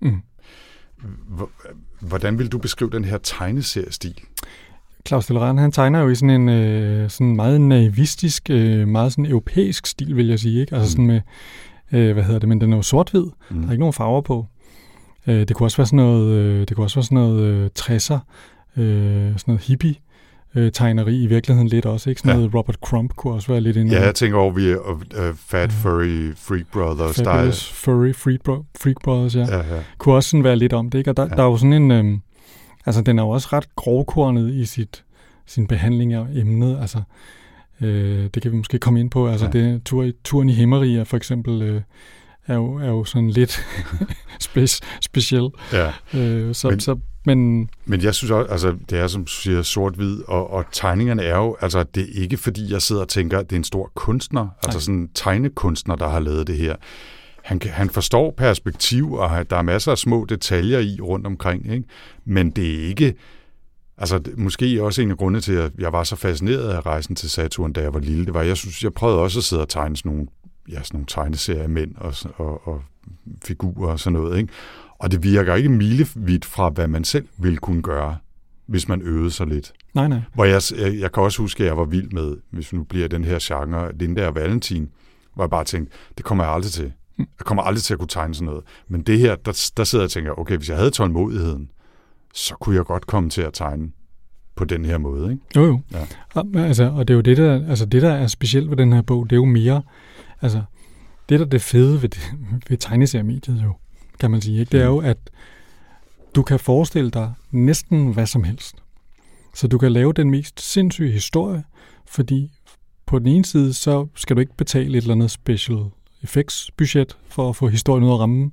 Speaker 2: Hvordan vil du beskrive den her tegneseriestil?
Speaker 1: Claus Delleran, han tegner jo i sådan en sådan meget naivistisk, meget sådan europæisk stil, vil jeg sige, ikke? Altså sådan med, men den er jo sort-hvid. Der er ikke nogen farver på. Det kunne også være sådan noget 60'er, sådan noget hippie tegneri i virkeligheden lidt også, ikke? Sådan noget Robert Crumb kunne også være lidt inde.
Speaker 2: Ja, jeg tænker over, vi er Fat Furry Freak Brothers.
Speaker 1: Fabulous Furry Freak Brothers, ja. Kunne også sådan være lidt om det, ikke? Og der er jo sådan en... altså, den er jo også ret grovkornet i sin behandling af emnet. Altså, det kan vi måske komme ind på. Altså, turen i Himmeria, for eksempel... er jo sådan lidt speciel. Ja. Men
Speaker 2: jeg synes også, altså det er som du siger sort-hvid, og tegningerne er jo, altså det er ikke fordi jeg sidder og tænker, at det er en stor kunstner, altså sådan en tegnekunstner, der har lavet det her. Han forstår perspektiv, og der er masser af små detaljer i rundt omkring, ikke? Men det er ikke, altså måske også en af grundene til, at jeg var så fascineret af rejsen til Saturn, da jeg var lille, det var, jeg prøvede også at sidde og tegne sådan nogle tegneseriemænd og figurer og sådan noget, ikke? Og det virker ikke milevidt fra, hvad man selv ville kunne gøre, hvis man øvede sig lidt.
Speaker 1: Nej.
Speaker 2: Hvor jeg kan også huske, at jeg var vild med, hvis vi nu bliver den her genre, Linda og Valentin, hvor jeg bare tænkte, det kommer jeg aldrig til. Jeg kommer aldrig til at kunne tegne sådan noget. Men det her, der sidder jeg og tænker, okay, hvis jeg havde tålmodigheden, så kunne jeg godt komme til at tegne på den her måde, ikke?
Speaker 1: Jo. Ja. Og det er jo det der er specielt ved den her bog, det er jo mere, altså, det der er det fede ved tegneseriemediet jo, kan man sige, ikke? Det er jo, at du kan forestille dig næsten hvad som helst. Så du kan lave den mest sindssyge historie, fordi på den ene side, så skal du ikke betale et eller andet special effects budget for at få historien ud af rammen.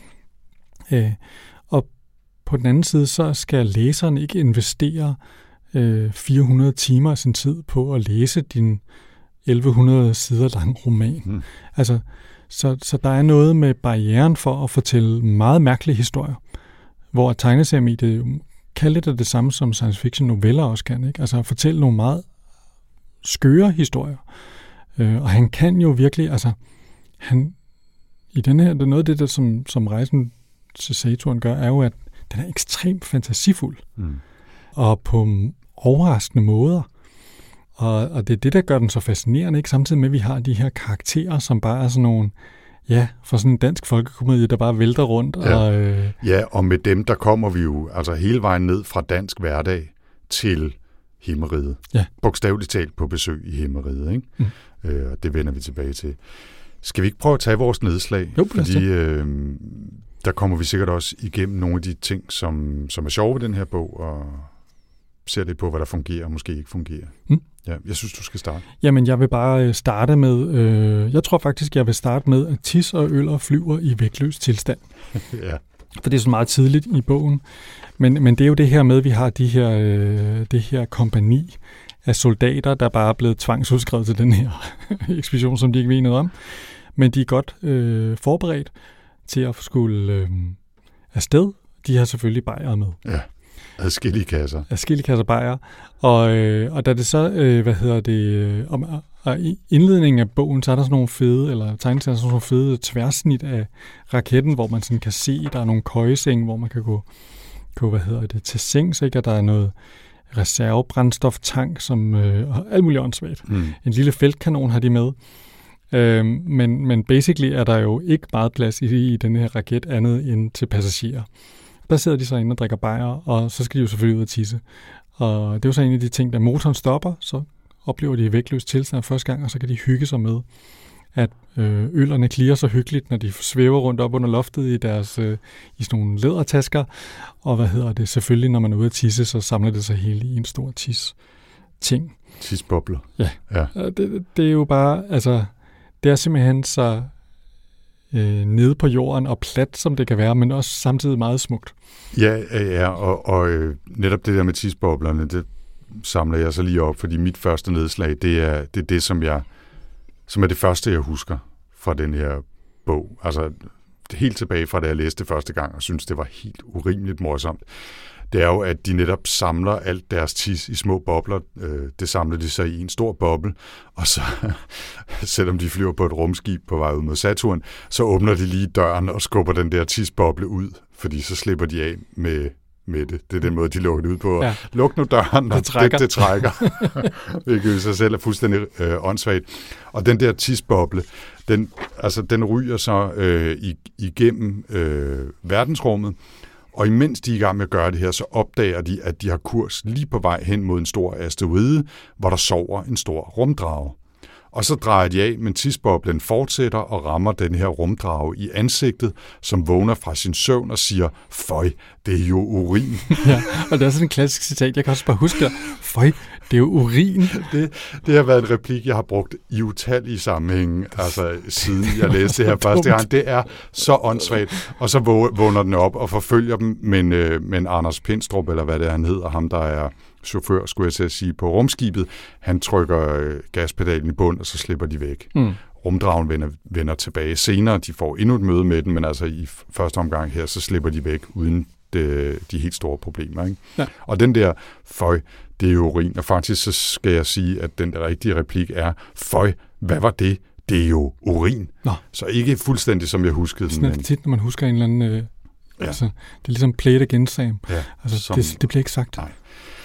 Speaker 1: Og på den anden side, så skal læseren ikke investere 400 timer af sin tid på at læse din 1100 sider lang roman. Altså, så der er noget med barrieren for at fortælle meget mærkelige historier, hvor tegneseriemediet kan lidt af det samme som science fiction noveller også kan, ikke? Altså at fortælle nogle meget skøre historier. Og han kan jo virkelig, altså i den her, det er noget af det, der som rejsen til Saturn gør, er jo, at den er ekstremt fantasifuld. Og på overraskende måder. Og det er det, der gør den så fascinerende, ikke? Samtidig med, at vi har de her karakterer, som bare er sådan nogle, for sådan en dansk folkekomedie, der bare vælter rundt.
Speaker 2: Ja, og med dem, der kommer vi jo altså hele vejen ned fra dansk hverdag til Himmeriget.
Speaker 1: Ja.
Speaker 2: Bogstaveligt talt på besøg i Himmeriget, ikke? Det vender vi tilbage til. Skal vi ikke prøve at tage vores nedslag?
Speaker 1: Jo,
Speaker 2: fordi der kommer vi sikkert også igennem nogle af de ting, som er sjove ved den her bog, og ser lidt på, hvad der fungerer og måske ikke fungerer. Ja, jeg synes, du skal starte.
Speaker 1: Jamen, jeg vil bare starte med, jeg tror faktisk, jeg vil starte med, at Tis og Øller flyver i vægtløs tilstand.
Speaker 2: Ja.
Speaker 1: For det er så meget tidligt i bogen. Men det er jo det her med, at vi har det her kompagni af soldater, der bare er blevet tvangsudskrevet til den her ekspedition, som de ikke ved noget om. Men de er godt forberedt til at skulle afsted. De har selvfølgelig bajere med.
Speaker 2: Ja, adskillige kasser
Speaker 1: bajere. Og da det så, i indledningen af bogen, så er der sådan nogle fede, eller tegneserier, sådan nogle fede tværsnit af raketten, hvor man sådan kan se, der er nogle køjeseng, hvor man kan gå til sengs, ikke? Og der er noget reservebrændstoftank, som alt muligt åndssvagt. En lille feltkanon har de med. Men basically er der jo ikke meget plads i den her raket andet end til passagerer. Der sidder de så inde og drikker bajer, og så skal de jo selvfølgelig ud og tisse. Og det er jo så en af de ting, da motoren stopper, så oplever de vægtløs tilstand første gang, og så kan de hygge sig med, at øllerne klirrer så hyggeligt, når de svæver rundt op under loftet i deres i sådan nogle lædertasker. Og selvfølgelig, når man er ude at tisse, så samler det sig hele i en stor tis-ting.
Speaker 2: Tisbobler.
Speaker 1: Ja. Det er jo bare, altså, det er simpelthen så nede på jorden og plat, som det kan være, men også samtidig meget smukt.
Speaker 2: Ja, og netop det der med tisboblerne, det samler jeg så lige op, fordi mit første nedslag, det er det, som er det første, jeg husker fra den her bog. Altså, helt tilbage fra da jeg læste det første gang, og synes, det var helt urimeligt morsomt. Det er jo, at de netop samler alt deres tis i små bobler. Det samler de sig i en stor boble, og så, selvom de flyver på et rumskib på vej ud mod Saturn, så åbner de lige døren og skubber den der tisboble ud, fordi så slipper de af med det. Det er den måde, de lukker det ud på. Ja. Luk nu døren, og det trækker. Hvilket i sig selv er fuldstændig åndssvagt. Og den der tisboble, den ryger så igennem verdensrummet, og imens de er i gang med at gøre det her, så opdager de, at de har kurs lige på vej hen mod en stor asteroide, hvor der sover en stor rumdrage. Og så drejer de af, men tisboblen fortsætter og rammer den her rumdrage i ansigtet, som vågner fra sin søvn og siger, føj, det er jo urin.
Speaker 1: Ja, og det er sådan en klassisk citat. Jeg kan også bare huske, føj, det er jo urin.
Speaker 2: Det har været en replik, jeg har brugt i utallige sammenhænge, altså siden jeg læste det her første gang. Det er så åndssvagt. Og så vågner den op og forfølger dem, men Anders Pindstrup, eller hvad det er, han hedder, ham der er chauffør, skulle jeg til at sige, på rumskibet, han trykker gaspedalen i bund, og så slipper de væk. Rumdragen vender tilbage senere. De får endnu et møde med den, men altså i første omgang her, så slipper de væk uden de helt store problemer. Ikke? Ja. Og den der, føj, det er jo urin. Og faktisk så skal jeg sige, at den der rigtige replik er, føj, hvad var det? Det er jo urin. Nå. Så ikke fuldstændig, som jeg huskede den.
Speaker 1: Sådan tit, når man husker en eller anden... altså, det er ligesom play it again, Sam.
Speaker 2: Ja,
Speaker 1: altså, det bliver ikke sagt.
Speaker 2: Nej.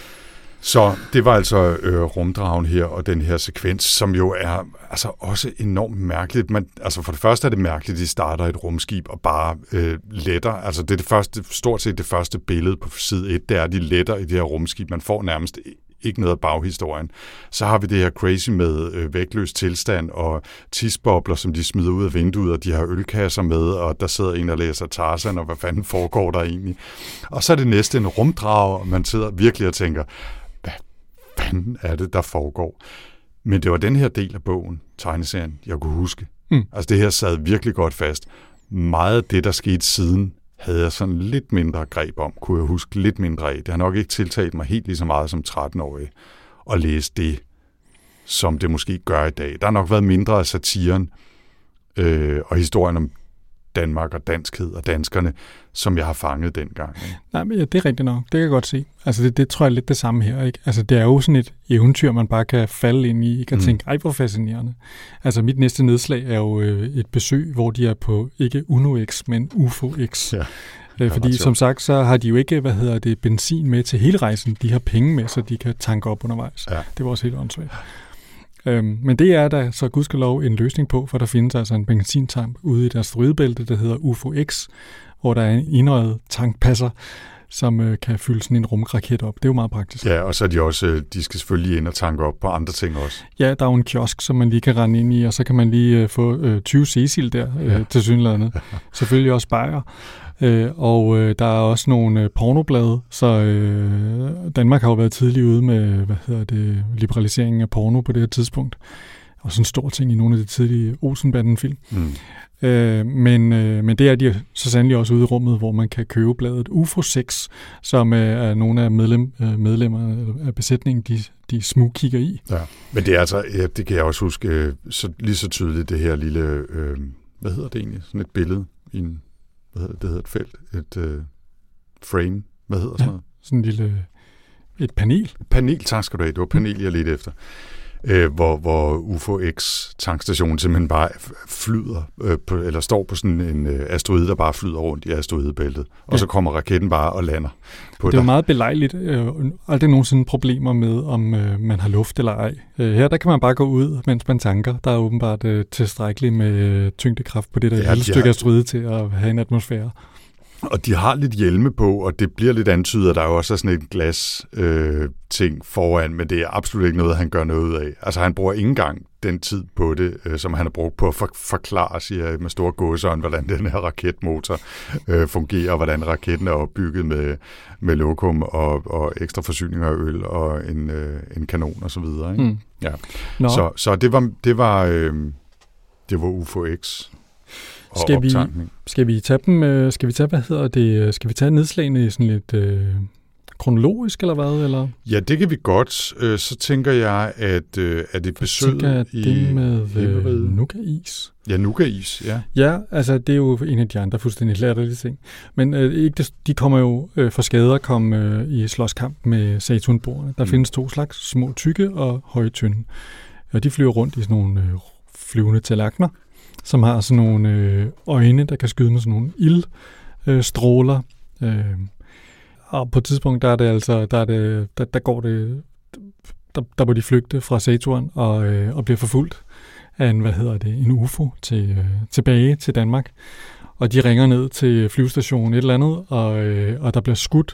Speaker 2: Så det var altså rumdragen her, og den her sekvens, som jo er altså også enormt mærkeligt. For det første er det mærkeligt, at de starter et rumskib og bare letter. Altså det er det første, stort set det første billede på side 1, det er, at de letter i det her rumskib. Man får nærmest ikke noget af baghistorien. Så har vi det her crazy med vægtløs tilstand og tisbobler, som de smider ud af vinduet, og de har ølkasser med, og der sidder en og læser Tarzan, og hvad fanden foregår der egentlig? Og så er det næste en rumdrage, og man sidder virkelig og tænker, hvad fanden er det, der foregår? Men det var den her del af bogen, tegneserien, jeg kunne huske. Altså det her sad virkelig godt fast. Meget af det, der skete siden, havde jeg sådan lidt mindre greb om, kunne jeg huske lidt mindre af. Det har nok ikke tiltalt mig helt lige så meget som 13-årig at læse det, som det måske gør i dag. Der har nok været mindre af satiren og historien om Danmark og danskhed og danskerne, som jeg har fanget dengang. Ikke?
Speaker 1: Nej, men ja, det er rigtigt nok. Det kan jeg godt se. Altså det tror jeg er lidt det samme her. Ikke? Altså det er jo sådan et eventyr, man bare kan falde ind i, ikke? Og tænke, ej, hvor fascinerende. Altså mit næste nedslag er jo et besøg, hvor de er på ikke UNO-X, men UFO-X. Fordi som sagt, så har de jo ikke, benzin med til hele rejsen. De har penge med, så de kan tanke op undervejs. Ja. Det var også helt åndssvagt. Men det er der så gudskelov en løsning på, for der findes altså en benzintank ude i deres asteroidebælte, der hedder UFO X, hvor der er en indrøget tankpasser, som kan fylde sådan en rumraket op. Det er jo meget praktisk.
Speaker 2: Ja, og så er de også, de skal selvfølgelig ind og tanke op på andre ting også.
Speaker 1: Ja, der er jo en kiosk, som man lige kan rende ind i, og så kan man lige få 20 Cecil der til synlandet. Selvfølgelig også bajer. Og der er også nogle pornoblade, så Danmark har jo været tidligt ude med, liberaliseringen af porno på det her tidspunkt. Og sådan en stor ting i nogle af de tidlige Olsen-banden-film. Men det er de så sandelig også ude i rummet, hvor man kan købe bladet UFO 6, som er nogle af medlemmer af besætningen, de smugkigger i. Ja,
Speaker 2: men det er altså, det kan jeg også huske, lige så tydeligt det her lille, hvad hedder det egentlig, sådan et billede i en, det hedder et felt, et frame, hvad hedder sådan noget?
Speaker 1: Sådan en lille, et panel.
Speaker 2: Panel, tak skal du have, det var panel, jeg lidt efter. Hvor UFO X tankstationen simpelthen bare flyder, eller står på sådan en asteroide, der bare flyder rundt i asteroidebæltet, og så kommer raketten bare og lander på
Speaker 1: det er meget belejligt. Aldrig nogensinde problemer med, om man har luft eller ej. Her der kan man bare gå ud, mens man tanker. Der er åbenbart tilstrækkeligt med tyngdekraft på det der lille stykke asteroide til at have en atmosfære.
Speaker 2: Og de har lidt hjelme på, og det bliver lidt antydet, at der er jo også sådan et glas ting foran, men det er absolut ikke noget, han gør noget af. Altså han bruger ikke engang den tid på det, som han har brugt på at forklare, siger med store gåsøjne, hvordan den her raketmotor fungerer, og hvordan raketten er opbygget med lokum og ekstra forsyninger af øl og en kanon og så videre. Ikke? Ja. Så det var UFO X.
Speaker 1: Skal vi tage dem? Skal vi tage nedslagene i sådan lidt kronologisk eller hvad? Eller?
Speaker 2: Ja, det kan vi godt. Så tænker jeg, at det besøg i
Speaker 1: det med Nuka-is.
Speaker 2: Ja, Nuka-is, ja.
Speaker 1: Ja, altså det er jo en af de andre fuldstændig latterlige ting. Men de kommer jo for skade at komme i slåskamp med Saturnborene. Der findes 2 slags, små tykke og høje tynde. Og de flyver rundt i sådan nogle flyvende tallerkener, som har sådan nogle øjne, der kan skyde med sådan nogle ildstråler. Og på et tidspunkt, der må de flygte fra Saturn og bliver forfulgt af en UFO tilbage til Danmark. Og de ringer ned til flyvestationen et eller andet, og der bliver skudt.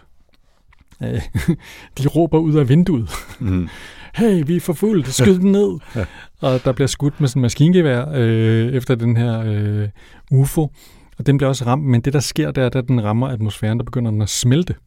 Speaker 1: De råber ud af vinduet. Hey, vi er forfulgt, skyd den ned. Og der bliver skudt med sådan en maskingevær efter den her UFO. Og den bliver også ramt, men det der sker, det er, at den rammer atmosfæren, der begynder den at smelte.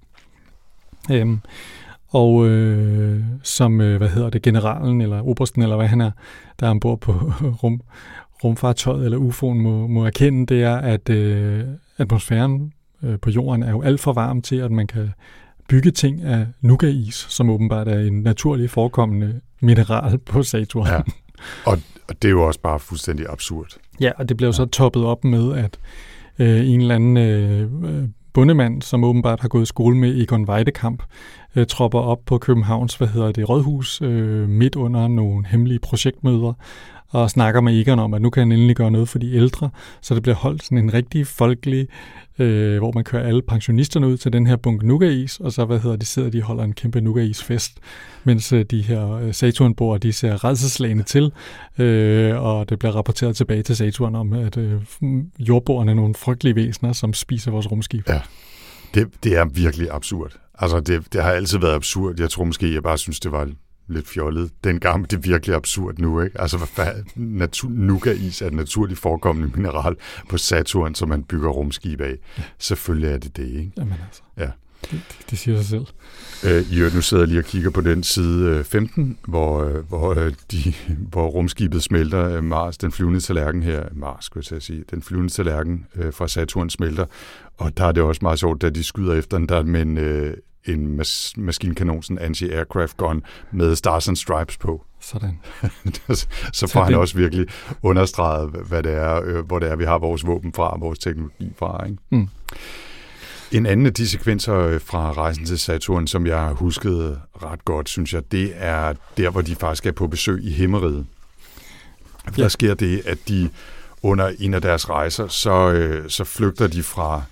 Speaker 1: Som generalen eller obersten, eller hvad han er, der er ombord på rumfartøjet eller UFO'en, må erkende, det er, at atmosfæren på jorden er jo alt for varm til, at man kan bygge ting af Nuka-is, som åbenbart er en naturlig forekommende mineral på Saturn. Ja.
Speaker 2: Og det er jo også bare fuldstændig absurd.
Speaker 1: Ja, og det bliver jo så toppet op med, at en eller anden bondemand, som åbenbart har gået i skole med Egon Weidekamp, tropper op på Københavns rådhus midt under nogle hemmelige projektmøder, og snakker med Egon om, at nu kan han endelig gøre noget for de ældre, så det bliver holdt sådan en rigtig folkelig, hvor man kører alle pensionisterne ud til den her bunke Nuka-is, og så sidder de og holder en kæmpe Nuka-is-fest, mens de her Saturnboere, de ser rædselsslagende til, og det bliver rapporteret tilbage til Saturn om, at jordboerne er nogle frygtelige væsener, som spiser vores rumskib. Ja,
Speaker 2: det er virkelig absurd. Altså, det har altid været absurd. Jeg tror måske, jeg bare synes, det var lidt fjollet dengang, det er virkelig absurd nu, ikke? Altså, Nuka-is er et naturligt forekommende mineral på Saturn, som man bygger rumskib af. Ja. Selvfølgelig er det, ikke?
Speaker 1: Jamen altså.
Speaker 2: Ja.
Speaker 1: Det siger sig selv.
Speaker 2: Nu sidder jeg lige og kigger på den side 15, hvor rumskibet smelter Mars, den flyvende tallerken her, den flyvende tallerken fra Saturn smelter, og der er det også meget sjovt, da de skyder efter den, der med en maskinkanon, sådan en anti-aircraft gun med Stars and Stripes på.
Speaker 1: Sådan.
Speaker 2: Så får han også virkelig understreget, hvad det er, hvor det er, vi har vores våben fra, vores teknologi fra, ikke? Mm. En anden af de sekvenser fra rejsen til Saturn, som jeg har husket ret godt, synes jeg, det er der, hvor de faktisk er på besøg i Himmeriget. Ja. Der sker det, at de under en af deres rejser, så flygter de fra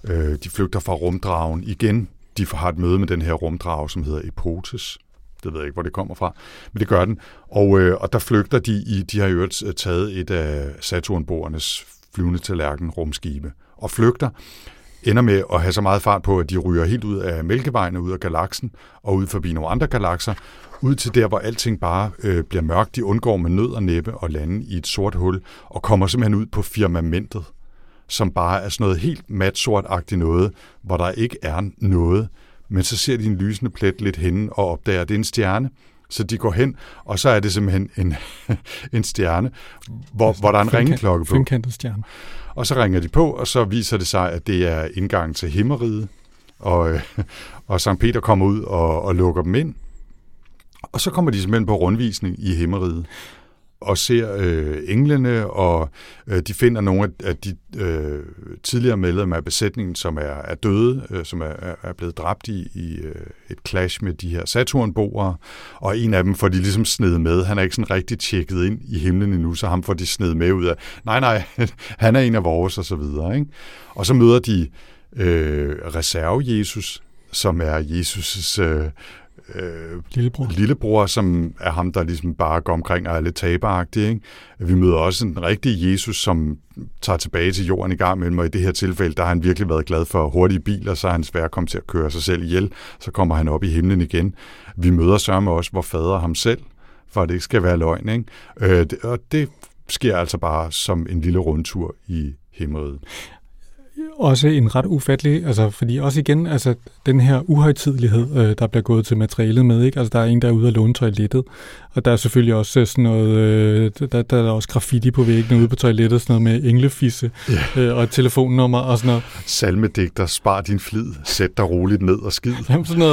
Speaker 2: De flygter fra rumdragen igen. De har et møde med den her rumdrage, som hedder Epotes. Det ved jeg ikke, hvor det kommer fra, men det gør den. Og der flygter de har jo taget et af Saturnborernes flyvende tallerken rumskibe, og flygter, ender med at have så meget fart på, at de ryger helt ud af Mælkevejen, ud af galaksen, og ud forbi nogle andre galakser, ud til der, hvor alting bare bliver mørkt. De undgår med nød og næppe at lande i et sort hul, og kommer simpelthen ud på firmamentet, som bare er sådan noget helt matsort-agtigt noget, hvor der ikke er noget. Men så ser de en lysende plet lidt henne og opdager, at det er en stjerne. Så de går hen, og så er det simpelthen en stjerne, hvor der er en ringeklokke på.
Speaker 1: Femkantet stjerne.
Speaker 2: Og så ringer de på, og så viser det sig, at det er indgangen til Himmeriget. Og Sankt Peter kommer ud og lukker dem ind. Og så kommer de simpelthen på rundvisning i Himmeriget og ser englene, og de finder nogle af de tidligere medlemmer af besætningen, som er døde, som er blevet dræbt i et clash med de her Saturnboere, og en af dem får de ligesom snedet med. Han er ikke sådan rigtig tjekket ind i himlen endnu, så ham får de snedet med ud af, nej, han er en af vores, og så videre. Ikke? Og så møder de reserve-Jesus, som er Jesus' lillebror, som er ham, der ligesom bare går omkring og er lidt taberagtig. Ikke? Vi møder også en rigtig Jesus, som tager tilbage til jorden i gang med, og i det her tilfælde, der har han virkelig været glad for hurtige biler, så er han svært kommet til at køre sig selv ihjel, så kommer han op i himlen igen. Vi møder sørme også, hvor fader ham selv, for at det ikke skal være løgn. Ikke? Og det sker altså bare som en lille rundtur i himmeriget.
Speaker 1: Også en ret ufattelig, altså fordi også igen, altså den her uhøjtidelighed, der bliver gået til materialet med, ikke? Altså der er en, der er ude at låne toilettet, og der er selvfølgelig også sådan noget, der er også graffiti på væggene ude på toilettet, sådan noget med englefisse og et telefonnummer og sådan noget.
Speaker 2: Salmedigter, spar din flid, sæt dig roligt ned og skid.
Speaker 1: Jamen sådan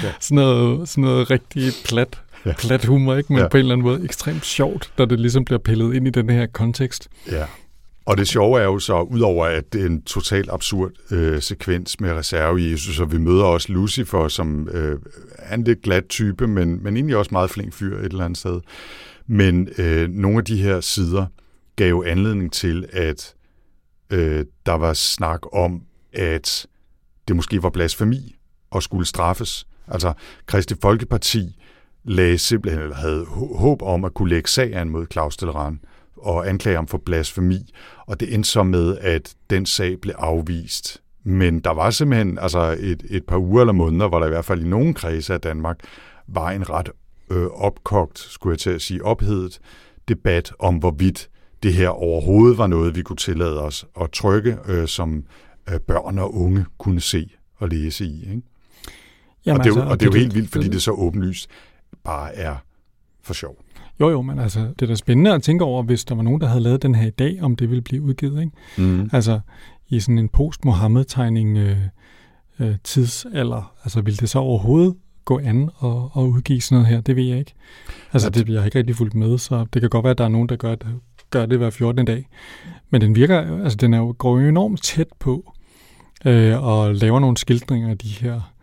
Speaker 1: noget rigtig plat humor, ikke? Men på en eller anden måde ekstremt sjovt, når det ligesom bliver pillet ind i den her kontekst.
Speaker 2: Ja. Og det sjove er jo så, udover at det er en totalt absurd sekvens med reserve-Jesus, og vi møder også Lucifer, som er en lidt glat type, men egentlig også meget flink fyr et eller andet sted. Men nogle af de her sider gav jo anledning til, at der var snak om, at det måske var blasfemi og skulle straffes. Altså, Kristi Folkeparti lagde simpelthen, eller havde håb om at kunne lægge sag an mod Claus Delran og anklage ham for blasfemi, og det endte så med, at den sag blev afvist. Men der var simpelthen altså et par uger eller måneder, hvor der i hvert fald i nogle kredse af Danmark var en ret opkogt, skulle jeg til at sige, ophedet debat om, hvorvidt det her overhovedet var noget, vi kunne tillade os at trykke, som børn og unge kunne se og læse i. Ikke? Jamen, og det er jo helt vildt, fordi det så åbenlyst bare er for sjov.
Speaker 1: Jo, men altså, det er da spændende at tænke over, hvis der var nogen, der havde lavet den her i dag, om det ville blive udgivet, ikke? Mm. Altså, i sådan en post-Mohammed-tegning tidsalder, altså, ville det så overhovedet gå an og udgive sådan noget her? Det ved jeg ikke. Altså, det bliver jeg ikke rigtig fulgt med, så det kan godt være, at der er nogen, der gør det hver 14. dag. Men den virker, altså, den går jo enormt tæt på, og laver nogle skildringer af de her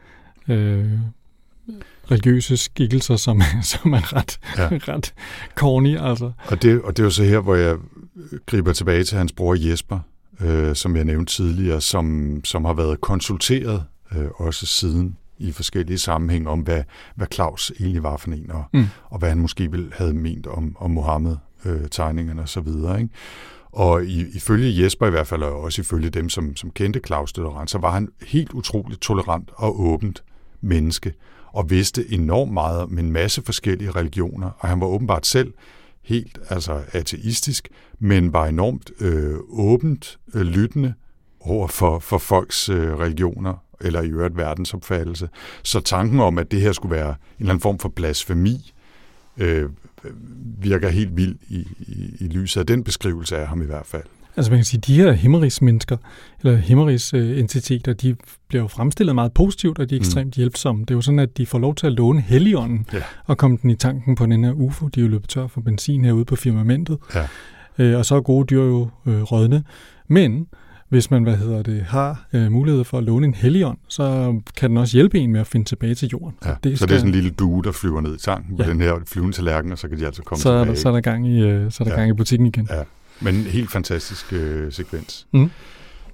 Speaker 1: religiøse skikkelser, som er ret corny, altså. Og det
Speaker 2: er jo så her, hvor jeg griber tilbage til hans bror Jesper, som jeg nævnte tidligere, som har været konsulteret også siden i forskellige sammenhæng om, hvad Claus egentlig var for en, og hvad han måske ville have ment om Mohammed-tegningerne og så videre, ikke? Og ifølge Jesper i hvert fald, og også ifølge dem, som kendte Claus Delran, så var han helt utroligt tolerant og åbent menneske, og vidste enormt meget om en masse forskellige religioner, og han var åbenbart selv helt ateistisk, men var enormt åbent lyttende over for folks religioner, eller i øvrigt verdensopfattelse. Så tanken om, at det her skulle være en eller anden form for blasfemi, virker helt vild i lyset af den beskrivelse af ham i hvert fald.
Speaker 1: Altså man kan sige, at de her himmerigsmennesker, eller himmerigsentiteter, de bliver jo fremstillet meget positivt, og de er ekstremt hjælpsomme. Det er jo sådan, at de får lov til at låne Helligånden, og komme den i tanken på den her UFO. De er jo løbet tør for benzin herude på firmamentet. Ja. Og så er gode dyr jo rådne. Men hvis man, har mulighed for at låne en Helligånd, så kan den også hjælpe en med at finde tilbage til jorden.
Speaker 2: Ja. Så det er sådan en lille due, der flyver ned i tanken på den her flyvende tallerken, og så kan de altså komme tilbage.
Speaker 1: Så er der gang i, gang i butikken igen.
Speaker 2: Ja. Men en helt fantastisk sekvens.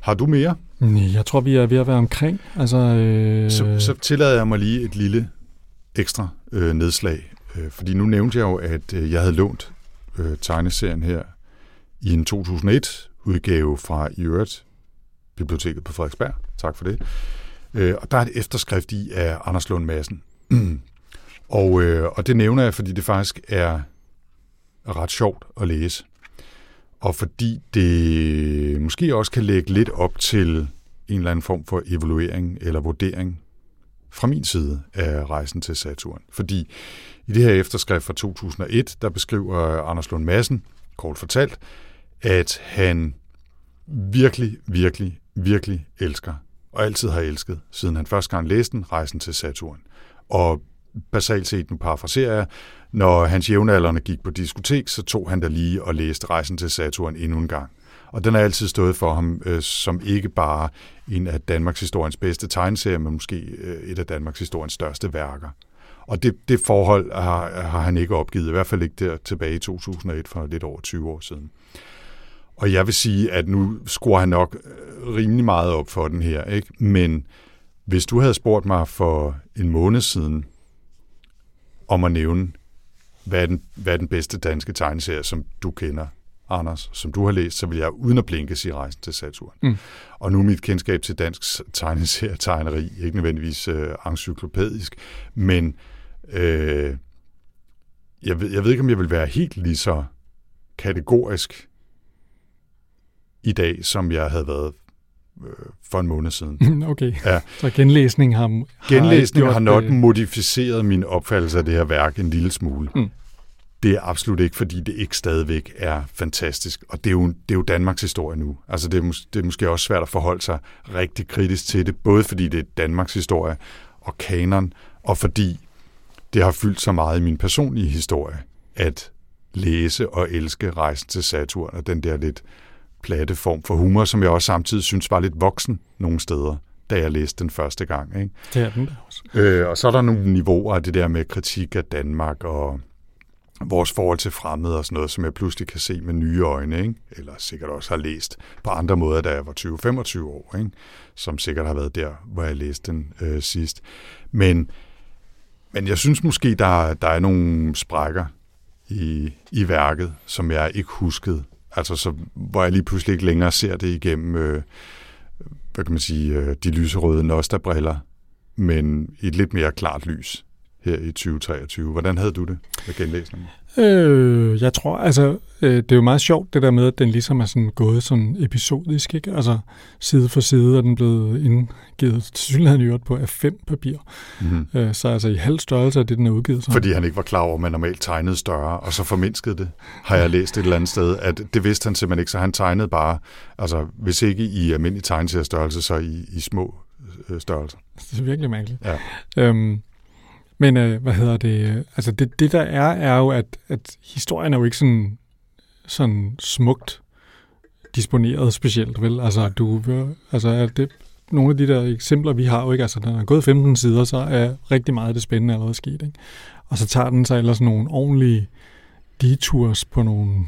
Speaker 2: Har du mere?
Speaker 1: Jeg tror, vi er ved at være omkring.
Speaker 2: Så tillader jeg mig lige et lille ekstra nedslag. Fordi nu nævnte jeg jo, at jeg havde lånt tegneserien her i en 2001-udgave fra i øvrigt Biblioteket på Frederiksberg. Tak for det. Og der er et efterskrift i af Anders Lund Madsen. Og det nævner jeg, fordi det faktisk er ret sjovt at læse. Og fordi det måske også kan lægge lidt op til en eller anden form for evaluering eller vurdering fra min side af rejsen til Saturn. Fordi i det her efterskrift fra 2001, der beskriver Anders Lund Madsen, kort fortalt, at han virkelig, virkelig, virkelig elsker, og altid har elsket, siden han første gang læste den, rejsen til Saturn. Og basalt set, nu parafraserer jeg, når hans jævnaldrende gik på diskotek, så tog han da lige og læste Rejsen til Saturn endnu en gang. Og den har altid stået for ham som ikke bare en af Danmarks historiens bedste tegneserier, men måske et af Danmarks historiens største værker. Og det forhold har han ikke opgivet, i hvert fald ikke der tilbage i 2001, for lidt over 20 år siden. Og jeg vil sige, at nu skruer han nok rimelig meget op for den her, ikke? Men hvis du havde spurgt mig for en måned siden om at nævne, hvad er den bedste danske tegneserie, som du kender, Anders, som du har læst, så vil jeg uden at blinke sige Rejsen til Saturn. Mm. Og nu er mit kendskab til dansk tegneserie-tegneri ikke nødvendigvis encyklopædisk, men jeg ved ikke, om jeg vil være helt lige så kategorisk i dag, som jeg havde været for en måned siden.
Speaker 1: Okay, ja. Så genlæsning
Speaker 2: har nok modificeret min opfattelse af det her værk en lille smule. Mm. Det er absolut ikke, fordi det ikke stadigvæk er fantastisk. Og det er jo Danmarks historie nu. Altså det er måske også svært at forholde sig rigtig kritisk til det, både fordi det er Danmarks historie og kanon, og fordi det har fyldt så meget i min personlige historie, at læse og elske Rejsen til Saturn, og den der lidt platte form for humor, som jeg også samtidig synes var lidt voksen nogle steder, da jeg læste den første gang. Ikke?
Speaker 1: Det er den også.
Speaker 2: Og så er der nogle niveauer af det der med kritik af Danmark og vores forhold til fremmede og sådan noget, som jeg pludselig kan se med nye øjne, ikke? Eller sikkert også har læst på andre måder, da jeg var 20-25 år, ikke? Som sikkert har været der, hvor jeg læste den sidst. Men jeg synes måske, der er nogle sprækker i værket, som jeg ikke huskede. Altså, så, hvor jeg lige pludselig ikke længere ser det igennem, hvad kan man sige, de lyserøde Nosta-briller, men i et lidt mere klart lys her i 2023. Hvordan havde du det med genlæsningen?
Speaker 1: Jeg tror, altså, det er jo meget sjovt, det der med, at den ligesom er sådan gået sådan episodisk, ikke? Altså, side for side er den blevet indgivet til synligheden på A5-papir. Mm-hmm. Så altså i halv størrelse af det, den er udgivet.
Speaker 2: Fordi han ikke var klar over, at man normalt tegnede større, og så formindskede det, har jeg læst et eller andet sted, at det vidste han simpelthen ikke, så han tegnede bare, altså hvis ikke i almindelig tegneseriestørrelse, så i små størrelser.
Speaker 1: Det er virkelig mærkeligt. Ja. Men altså det der er jo, at historien er jo ikke sådan smukt disponeret specielt, vel? Altså, nogle af de der eksempler, vi har jo ikke, altså den er gået 15 sider, så er rigtig meget af det spændende allerede sket, ikke? Og så tager den sig ellers nogle ordentlige detours på nogle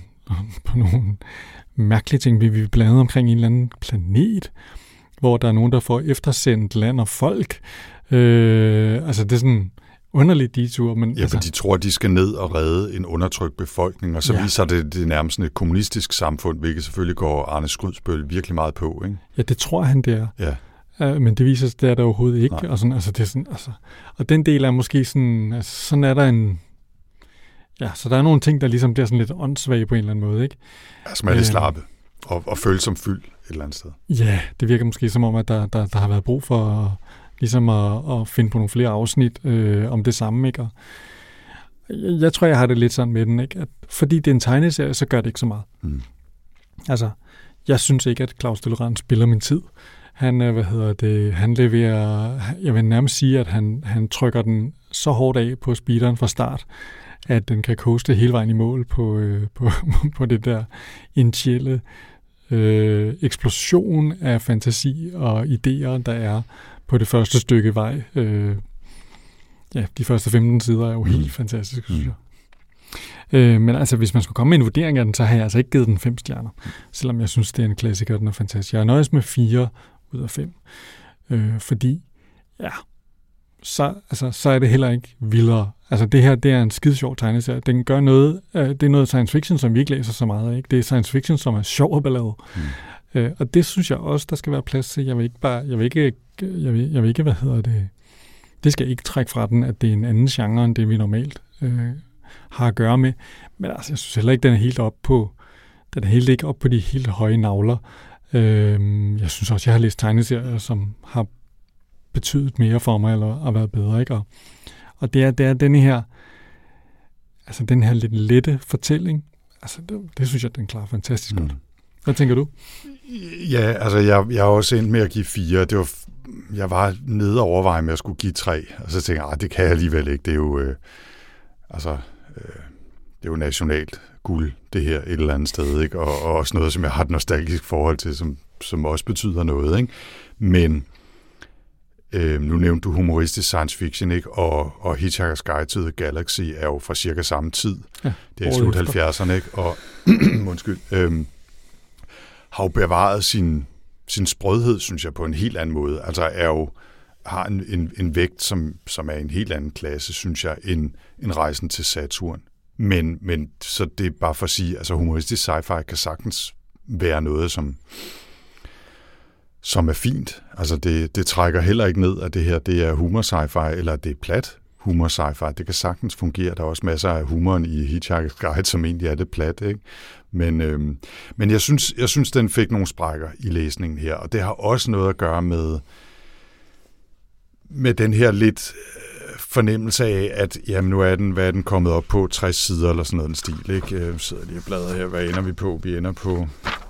Speaker 1: mærkelige ting. Vi er blandet omkring en eller anden planet, hvor der er nogen, der får eftersendt land og folk. Altså det er sådan underlig detur. Men,
Speaker 2: ja, for de tror, de skal ned og redde en undertrykt befolkning, og så viser det nærmest et kommunistisk samfund, hvilket selvfølgelig går Arne Skrydtsbøl virkelig meget på, ikke?
Speaker 1: Ja, det tror han, det er. Ja. Men det viser sig, det er der overhovedet ikke. Og, sådan, altså, det er sådan, altså, og den del er måske sådan, altså, sådan er der en... Ja, så der er nogle ting, der ligesom bliver sådan lidt åndssvage på en eller anden måde, ikke?
Speaker 2: Altså, man er lidt slappe og føle som fyld et eller andet sted.
Speaker 1: Ja, det virker måske som om, at der har været brug for ligesom at finde på nogle flere afsnit om det samme, ikke? Og jeg tror, jeg har det lidt sådan med den, ikke? At fordi det er en tegneserie, så gør det ikke så meget. Mm. Altså, jeg synes ikke, at Claus Deleuran spiller min tid. Han, han leverer, jeg vil nærmest sige, at han trykker den så hårdt af på speederen fra start, at den kan coaste hele vejen i mål på det der initielle eksplosion af fantasi og idéer, der er på det første stykke vej. De første 15 sider er jo helt fantastiske, synes jeg. Men altså, hvis man skulle komme med en vurdering af den, så har jeg altså ikke givet den 5 stjerner. Selvom jeg synes, det er en klassiker, og den er fantastisk. Jeg er nøjes med 4 ud af 5. Fordi, ja, så er det heller ikke vildere. Altså, det her, det er en skide sjov tegneserie. Den gør noget, det er noget science fiction, som vi ikke læser så meget af. Ikke? Det er science fiction, som er sjov og ballade. Og det synes jeg også, der skal være plads til. Jeg vil ikke, det skal ikke trække fra den, at det er en anden genre, end det vi normalt har at gøre med. Men altså, jeg synes heller ikke, den er helt ikke op på de helt høje navler. Jeg synes også, jeg har læst tegneserier, som har betydet mere for mig, eller har været bedre, ikke? Og det er den her lidt lette fortælling. Altså, det synes jeg, den klarer fantastisk godt. Hvad tænker du?
Speaker 2: Ja, altså, jeg er også endt med at give 4. Jeg var nede og overveje med at skulle give 3, og så tænkte jeg, det kan jeg alligevel ikke. Det er jo, det er jo nationalt guld, det her et eller andet sted, ikke? Og også noget, som jeg har et nostalgisk forhold til, som også betyder noget, ikke? Men nu nævnte du humoristisk science fiction, ikke? Og Hitchhiker's Guide to the Galaxy er jo fra cirka samme tid. Ja, det er i slut 70'erne, ikke? Og har jo bevaret sin sprødhed, synes jeg, på en helt anden måde. Altså har en vægt, som er en helt anden klasse, synes jeg, end Rejsen til Saturn. Men så det er bare for at sige, altså humoristisk sci-fi kan sagtens være noget, som er fint. Altså det trækker heller ikke ned, at det her, det er humor sci-fi, eller det er plat humor sci-fi. Det kan sagtens fungere. Der er også masser af humoren i Hitchhiker's Guide, som egentlig er det plat, ikke? Men jeg synes, den fik nogle sprækker i læsningen her, og det har også noget at gøre med den her lidt fornemmelse af, at jamen, nu er hvad er den kommet op på 60 sider eller sådan noget en stil, ikke? Jeg sidder lige og bladrer her. Hvad ender vi på? Vi ender på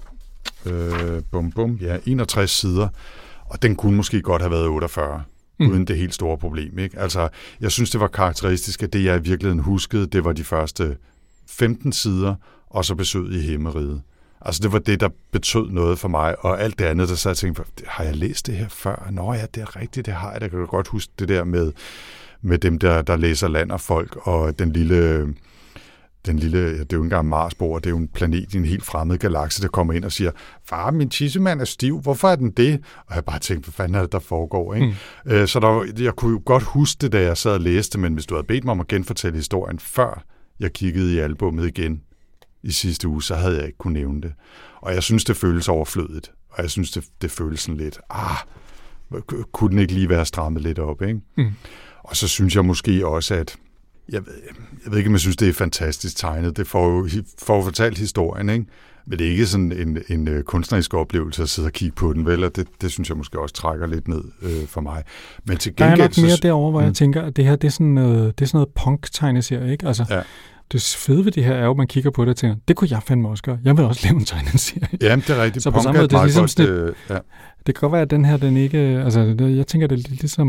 Speaker 2: 61 sider, og den kunne måske godt have været 48, uden det helt store problem, ikke? Altså, jeg synes, det var karakteristisk, at det, jeg i virkeligheden huskede, det var de første 15 sider, og så besøget i Himmeriget. Altså, det var det, der betød noget for mig, og alt det andet, der så jeg tænkte, har jeg læst det her før? Nå ja, det er rigtigt, det har jeg. Jeg kan godt huske det der med dem, der læser Land og Folk, og den lille, det er jo ikke engang Marsbor, det er jo en planet i en helt fremmed galakse, der kommer ind og siger, far, min tissemand er stiv, hvorfor er den det? Og jeg bare tænkte, hvad fanden er det, der foregår, ikke? Så jeg kunne jo godt huske det, da jeg sad og læste, men hvis du havde bedt mig om at genfortælle historien, før jeg kiggede i albummet igen i sidste uge, så havde jeg ikke kunne nævne det. Og jeg synes, det føles overflødigt, og jeg synes, det føles sådan lidt, kunne den ikke lige være strammet lidt op, ikke? Og så synes jeg måske også, at jeg ved ikke, om jeg synes, det er fantastisk tegnet. Det får jo fortalt historien, ikke? Men det er ikke sådan en kunstnerisk oplevelse at sidde og kigge på den, vel? Og det synes jeg måske også trækker lidt ned for mig. Men til gengæld,
Speaker 1: der er nok mere derovre, hvor jeg tænker, at det her, det er sådan noget punk-tegneserie, ikke? Altså, ja. Det fede ved det her er jo, at man kigger på det og tænker, det kunne jeg fandme også gøre. Jeg vil også lave en tegneserie.
Speaker 2: Jamen, det er rigtigt.
Speaker 1: Så på samme måde, det er ligesom sådan det kan godt være, at den her, den ikke... Altså, jeg tænker, det er lidt ligesom...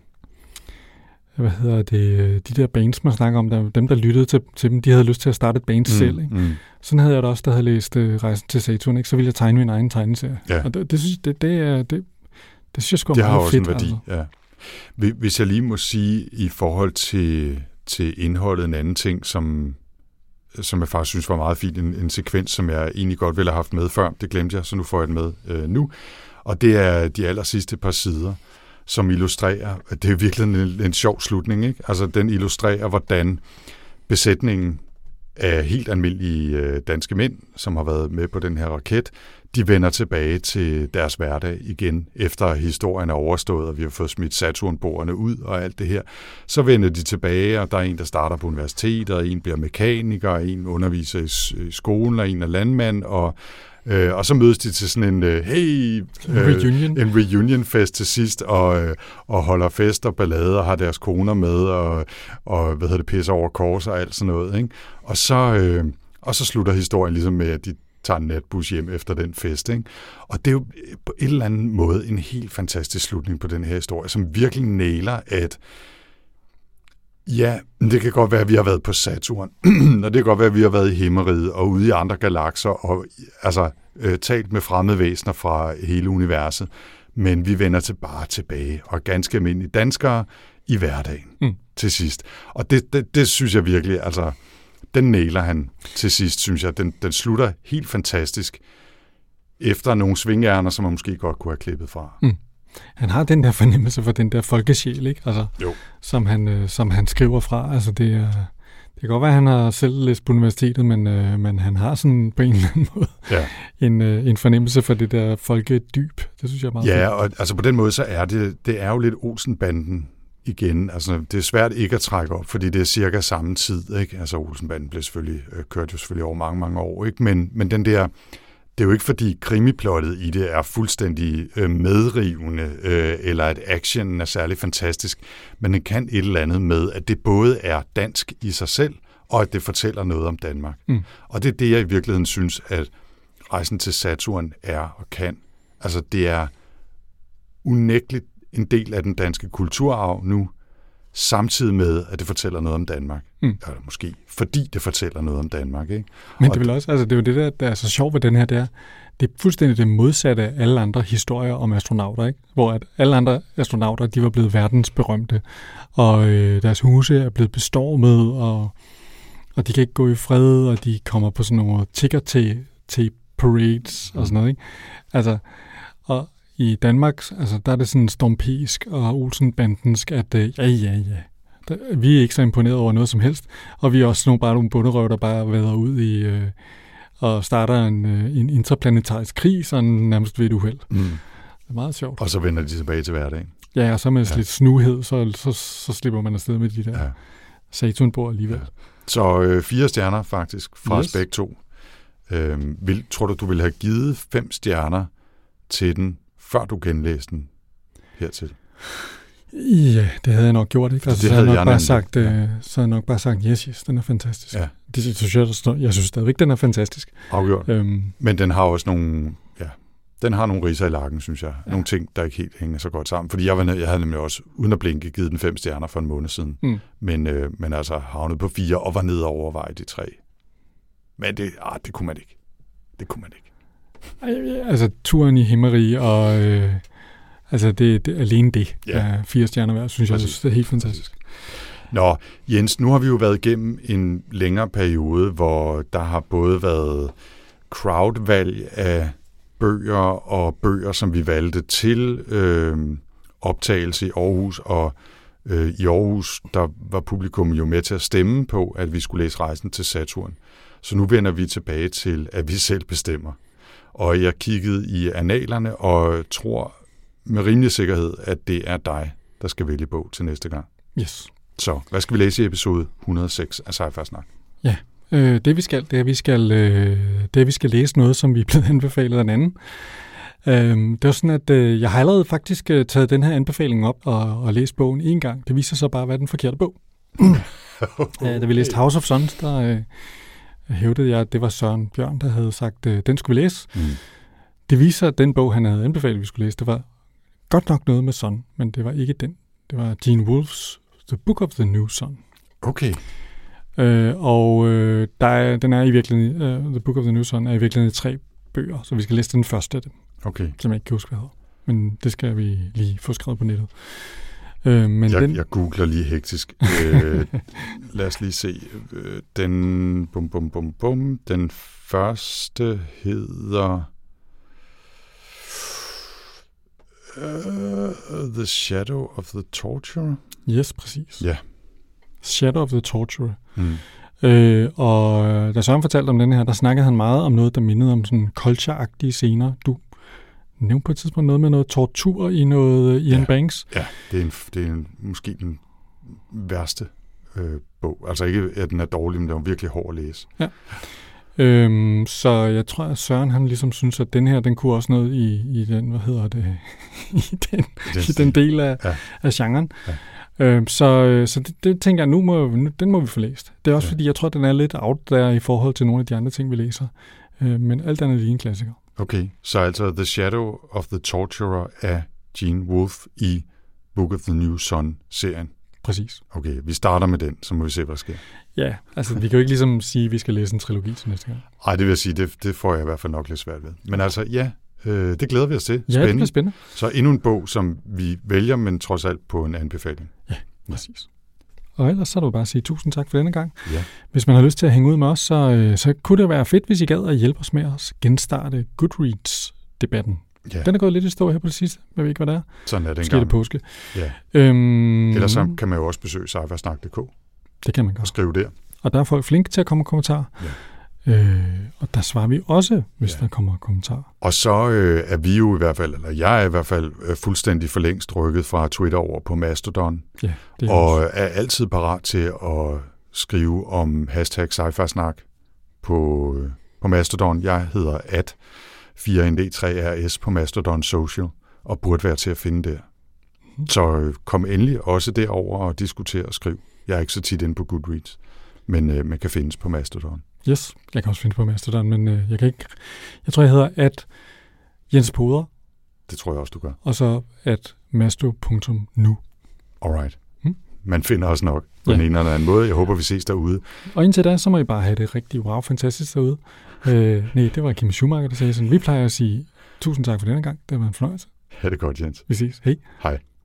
Speaker 1: de der bands, man snakker om, dem, der lyttede til dem, de havde lyst til at starte et band selv. Ikke? Sådan havde jeg da også, der havde læst Rejsen til Saturn, ikke? Så ville jeg tegne min egen tegneserie. Ja. Og det synes jeg sgu er meget fedt. Det har også en værdi,
Speaker 2: ja. Hvis jeg lige må sige, i forhold til indholdet, en anden ting, som jeg faktisk synes var meget fint, en sekvens, som jeg egentlig godt ville have haft med før, det glemte jeg, så nu får jeg den med nu. Og det er de aller sidste par sider, som illustrerer, det er virkelig en sjov slutning, ikke? Altså, den illustrerer, hvordan besætningen af helt almindelige danske mænd, som har været med på den her raket, de vender tilbage til deres hverdag igen, efter historien er overstået, og vi har fået smidt Saturnbordene ud og alt det her. Så vender de tilbage, og der er en, der starter på universitetet, og en bliver mekaniker, og en underviser i skolen, og en er landmand, og så mødes de til sådan en en reunion-fest til sidst, og holder fest og ballade, og har deres koner med, og pisser over kors og alt sådan noget, ikke? Og så slutter historien ligesom med, at de tager en natbus hjem efter den fest, ikke? Og det er jo på en eller anden måde en helt fantastisk slutning på den her historie, som virkelig nailer, at ja, det kan godt være, at vi har været på Saturn, og det kan godt være, at vi har været i Himmeriget og ude i andre galakser, og altså talt med fremmede væsener fra hele universet, men vi vender bare tilbage, og ganske almindelige danskere i hverdagen til sidst. Og det synes jeg virkelig, altså, den nailer han til sidst, synes jeg. Den slutter helt fantastisk efter nogle svingærner, som man måske godt kunne have klippet fra.
Speaker 1: Han har den der fornemmelse for den der folkesjæl, ikke? Altså,
Speaker 2: jo.
Speaker 1: Som han skriver fra. Altså, det kan godt være, at han har selv læst på universitetet, men han har sådan på en eller anden måde en fornemmelse for det der folkedyb. Det synes jeg er meget fedt.
Speaker 2: Og altså på den måde, så er det er jo lidt Olsenbanden igen. Altså, det er svært ikke at trække op, fordi det er cirka samme tid, ikke? Altså, Olsenbanden kørte jo selvfølgelig over mange, mange år, ikke? Men den der, det er jo ikke fordi krimiplottet i det er fuldstændig medrivende, eller at actionen er særlig fantastisk, men den kan et eller andet med, at det både er dansk i sig selv, og at det fortæller noget om Danmark. Og det er det, jeg i virkeligheden synes, at Rejsen til Saturn er og kan. Altså, det er unægteligt en del af den danske kulturarv nu, samtidig med, at det fortæller noget om Danmark. Eller måske, fordi det fortæller noget om Danmark. Ikke?
Speaker 1: Men det vil også, altså det er jo det der er så sjovt ved den her, det er fuldstændig det modsatte af alle andre historier om astronauter, ikke? Hvor at alle andre astronauter, de var blevet verdensberømte, og deres huse er blevet bestormet, og de kan ikke gå i fred, og de kommer på sådan nogle ticker-tape parades og sådan noget, ikke? Altså, og i Danmark, altså, der er det sådan stormpisk og Olsenbandensk, at vi er ikke så imponeret over noget som helst, og vi er også bare nogle bunderøv, der bare vader ud i og starter en interplanetarisk krig, sådan nærmest ved et uheld. Det er meget sjovt.
Speaker 2: Og så vender de tilbage til hverdagen.
Speaker 1: Ja, og så med lidt snuhed, så slipper man afsted med de der Saturnbord alligevel. Ja.
Speaker 2: Så 4 stjerner faktisk fra os begge to. Tror du ville have givet 5 stjerner til den, før du genlæste den hertil?
Speaker 1: Ja, det havde jeg nok gjort, ikke? Altså,
Speaker 2: så havde
Speaker 1: jeg nok bare sagt, yes, den er fantastisk.
Speaker 2: Ja.
Speaker 1: Jeg synes stadigvæk, den er fantastisk.
Speaker 2: Afgjort. Men den har også nogle ridser i lakken, synes jeg. Nogle ting, der ikke helt hænger så godt sammen. Fordi jeg havde nemlig også, uden at blinke, givet den 5 stjerner for en måned siden. Men altså havnet på 4 og var nede og overveje de 3. Men det kunne man ikke. Det kunne man ikke.
Speaker 1: Altså, turen i Himmerige og... altså, det er alene det. Ja. 4 stjerner hver, synes jeg, det er helt fantastisk.
Speaker 2: Nå, Jens, nu har vi jo været igennem en længere periode, hvor der har både været crowdvalg af bøger og bøger, som vi valgte til optagelse i Aarhus, og i Aarhus, der var publikum jo med til at stemme på, at vi skulle læse Rejsen til Saturn. Så nu vender vi tilbage til, at vi selv bestemmer. Og jeg kiggede i annalerne og tror med rimelig sikkerhed, at det er dig, der skal vælge bog til næste gang.
Speaker 1: Yes.
Speaker 2: Så, hvad skal vi læse i episode 106 af Sci-Fi Snak?
Speaker 1: Ja, det vi skal, det er, at vi skal læse noget, som vi er blevet anbefalet af en anden. Det var sådan, at jeg har allerede faktisk taget den her anbefaling op og læst bogen en gang. Det viser sig bare at være den forkerte bog. Da vi læste House of Sons, der hævdede jeg, at det var Søren Bjørn, der havde sagt, den skulle vi læse. Det viser, at den bog, han havde anbefalet, vi skulle læse, det var godt nok noget med Sun, men det var ikke den. Det var Gene Wolfes The Book of the New Sun.
Speaker 2: Okay.
Speaker 1: Den er i virkeligheden, The Book of the New Sun er i virkeligheden 3 bøger, så vi skal læse den første af dem.
Speaker 2: Okay.
Speaker 1: Som jeg ikke kan huske, hvad hedder. Men det skal vi lige få skrevet på nettet.
Speaker 2: Jeg googler lige hektisk. Lad os lige se. Den Den første hedder The Shadow of the Torturer.
Speaker 1: Yes, præcis.
Speaker 2: Ja.
Speaker 1: Shadow of the Torturer. Og da Søren fortalte om den her, der snakkede han meget om noget, der mindede om sådan culture-agtige scener. Du nævnte på et tidspunkt noget med noget tortur i noget Ian Banks.
Speaker 2: Ja, det er måske den værste bog. Altså ikke, at den er dårlig, men den er virkelig hård at læse. Ja.
Speaker 1: Så jeg tror, at Søren han ligesom synes, at den her, den kunne også noget i den, hvad hedder det, i den del af genren. Ja. Så det tænker jeg, den må vi få læst. Det er også fordi, jeg tror, den er lidt out there i forhold til nogle af de andre ting, vi læser. Men alt andet er lige en klassiker.
Speaker 2: Okay, så altså The Shadow of the Torturer af Gene Wolfe i Book of the New Sun-serien.
Speaker 1: Præcis.
Speaker 2: Okay, vi starter med den, så må vi se, hvad der sker.
Speaker 1: Ja, altså vi kan jo ikke ligesom sige, at vi skal læse en trilogi til næste gang.
Speaker 2: Nej, det vil jeg sige, det får jeg i hvert fald nok lidt svært ved. Men altså, ja, det glæder vi os til.
Speaker 1: Spændende. Ja, det bliver spændende.
Speaker 2: Så endnu en bog, som vi vælger, men trods alt på en anbefaling.
Speaker 1: Ja, præcis. Og ellers så er du bare at sige tusind tak for denne gang.
Speaker 2: Ja.
Speaker 1: Hvis man har lyst til at hænge ud med os, så kunne det være fedt, hvis I gad at hjælpe os med at genstarte Goodreads-debatten.
Speaker 2: Ja.
Speaker 1: Den er gået lidt i stå her på det sidste. Jeg ved ikke, hvad det er.
Speaker 2: Sådan er det
Speaker 1: Måske
Speaker 2: engang.
Speaker 1: det påske.
Speaker 2: Ja. Ellers så kan man jo også besøge sci-fi-snak.dk
Speaker 1: Det kan man
Speaker 2: og
Speaker 1: godt.
Speaker 2: skrive der.
Speaker 1: Og der er folk flinke til at komme med kommentarer.
Speaker 2: Ja.
Speaker 1: Og der svarer vi også, hvis der kommer kommentarer.
Speaker 2: Og så er vi jo i hvert fald, eller jeg er i hvert fald fuldstændig for længst rykket fra Twitter over på Mastodon.
Speaker 1: Ja, det er
Speaker 2: Og
Speaker 1: også.
Speaker 2: er altid parat til at skrive om hashtag sci-fi-snak på Mastodon. Jeg hedder @4ND3RS på Mastodon Social, og burde være til at finde der. Så kom endelig også derover og diskutere og skriv. Jeg er ikke så tit inde på Goodreads, men man kan findes på Mastodon.
Speaker 1: Yes, jeg kan også finde på Mastodon, men jeg kan ikke. Jeg tror, jeg hedder @JensPoder,
Speaker 2: Det tror jeg også, du gør.
Speaker 1: og så @masto.nu.
Speaker 2: Alright. Man finder os nok på
Speaker 1: Ja.
Speaker 2: den ene eller anden måde. Jeg håber, vi ses derude.
Speaker 1: Og indtil da, så må I bare have det rigtig fantastisk derude. Nej, det var Kim Schumacher, der sagde sådan. Vi plejer at sige tusind tak for denne gang. Det var en fornøjelse.
Speaker 2: Ha' det godt, Jens.
Speaker 1: Vi ses. Hej.
Speaker 2: Hej.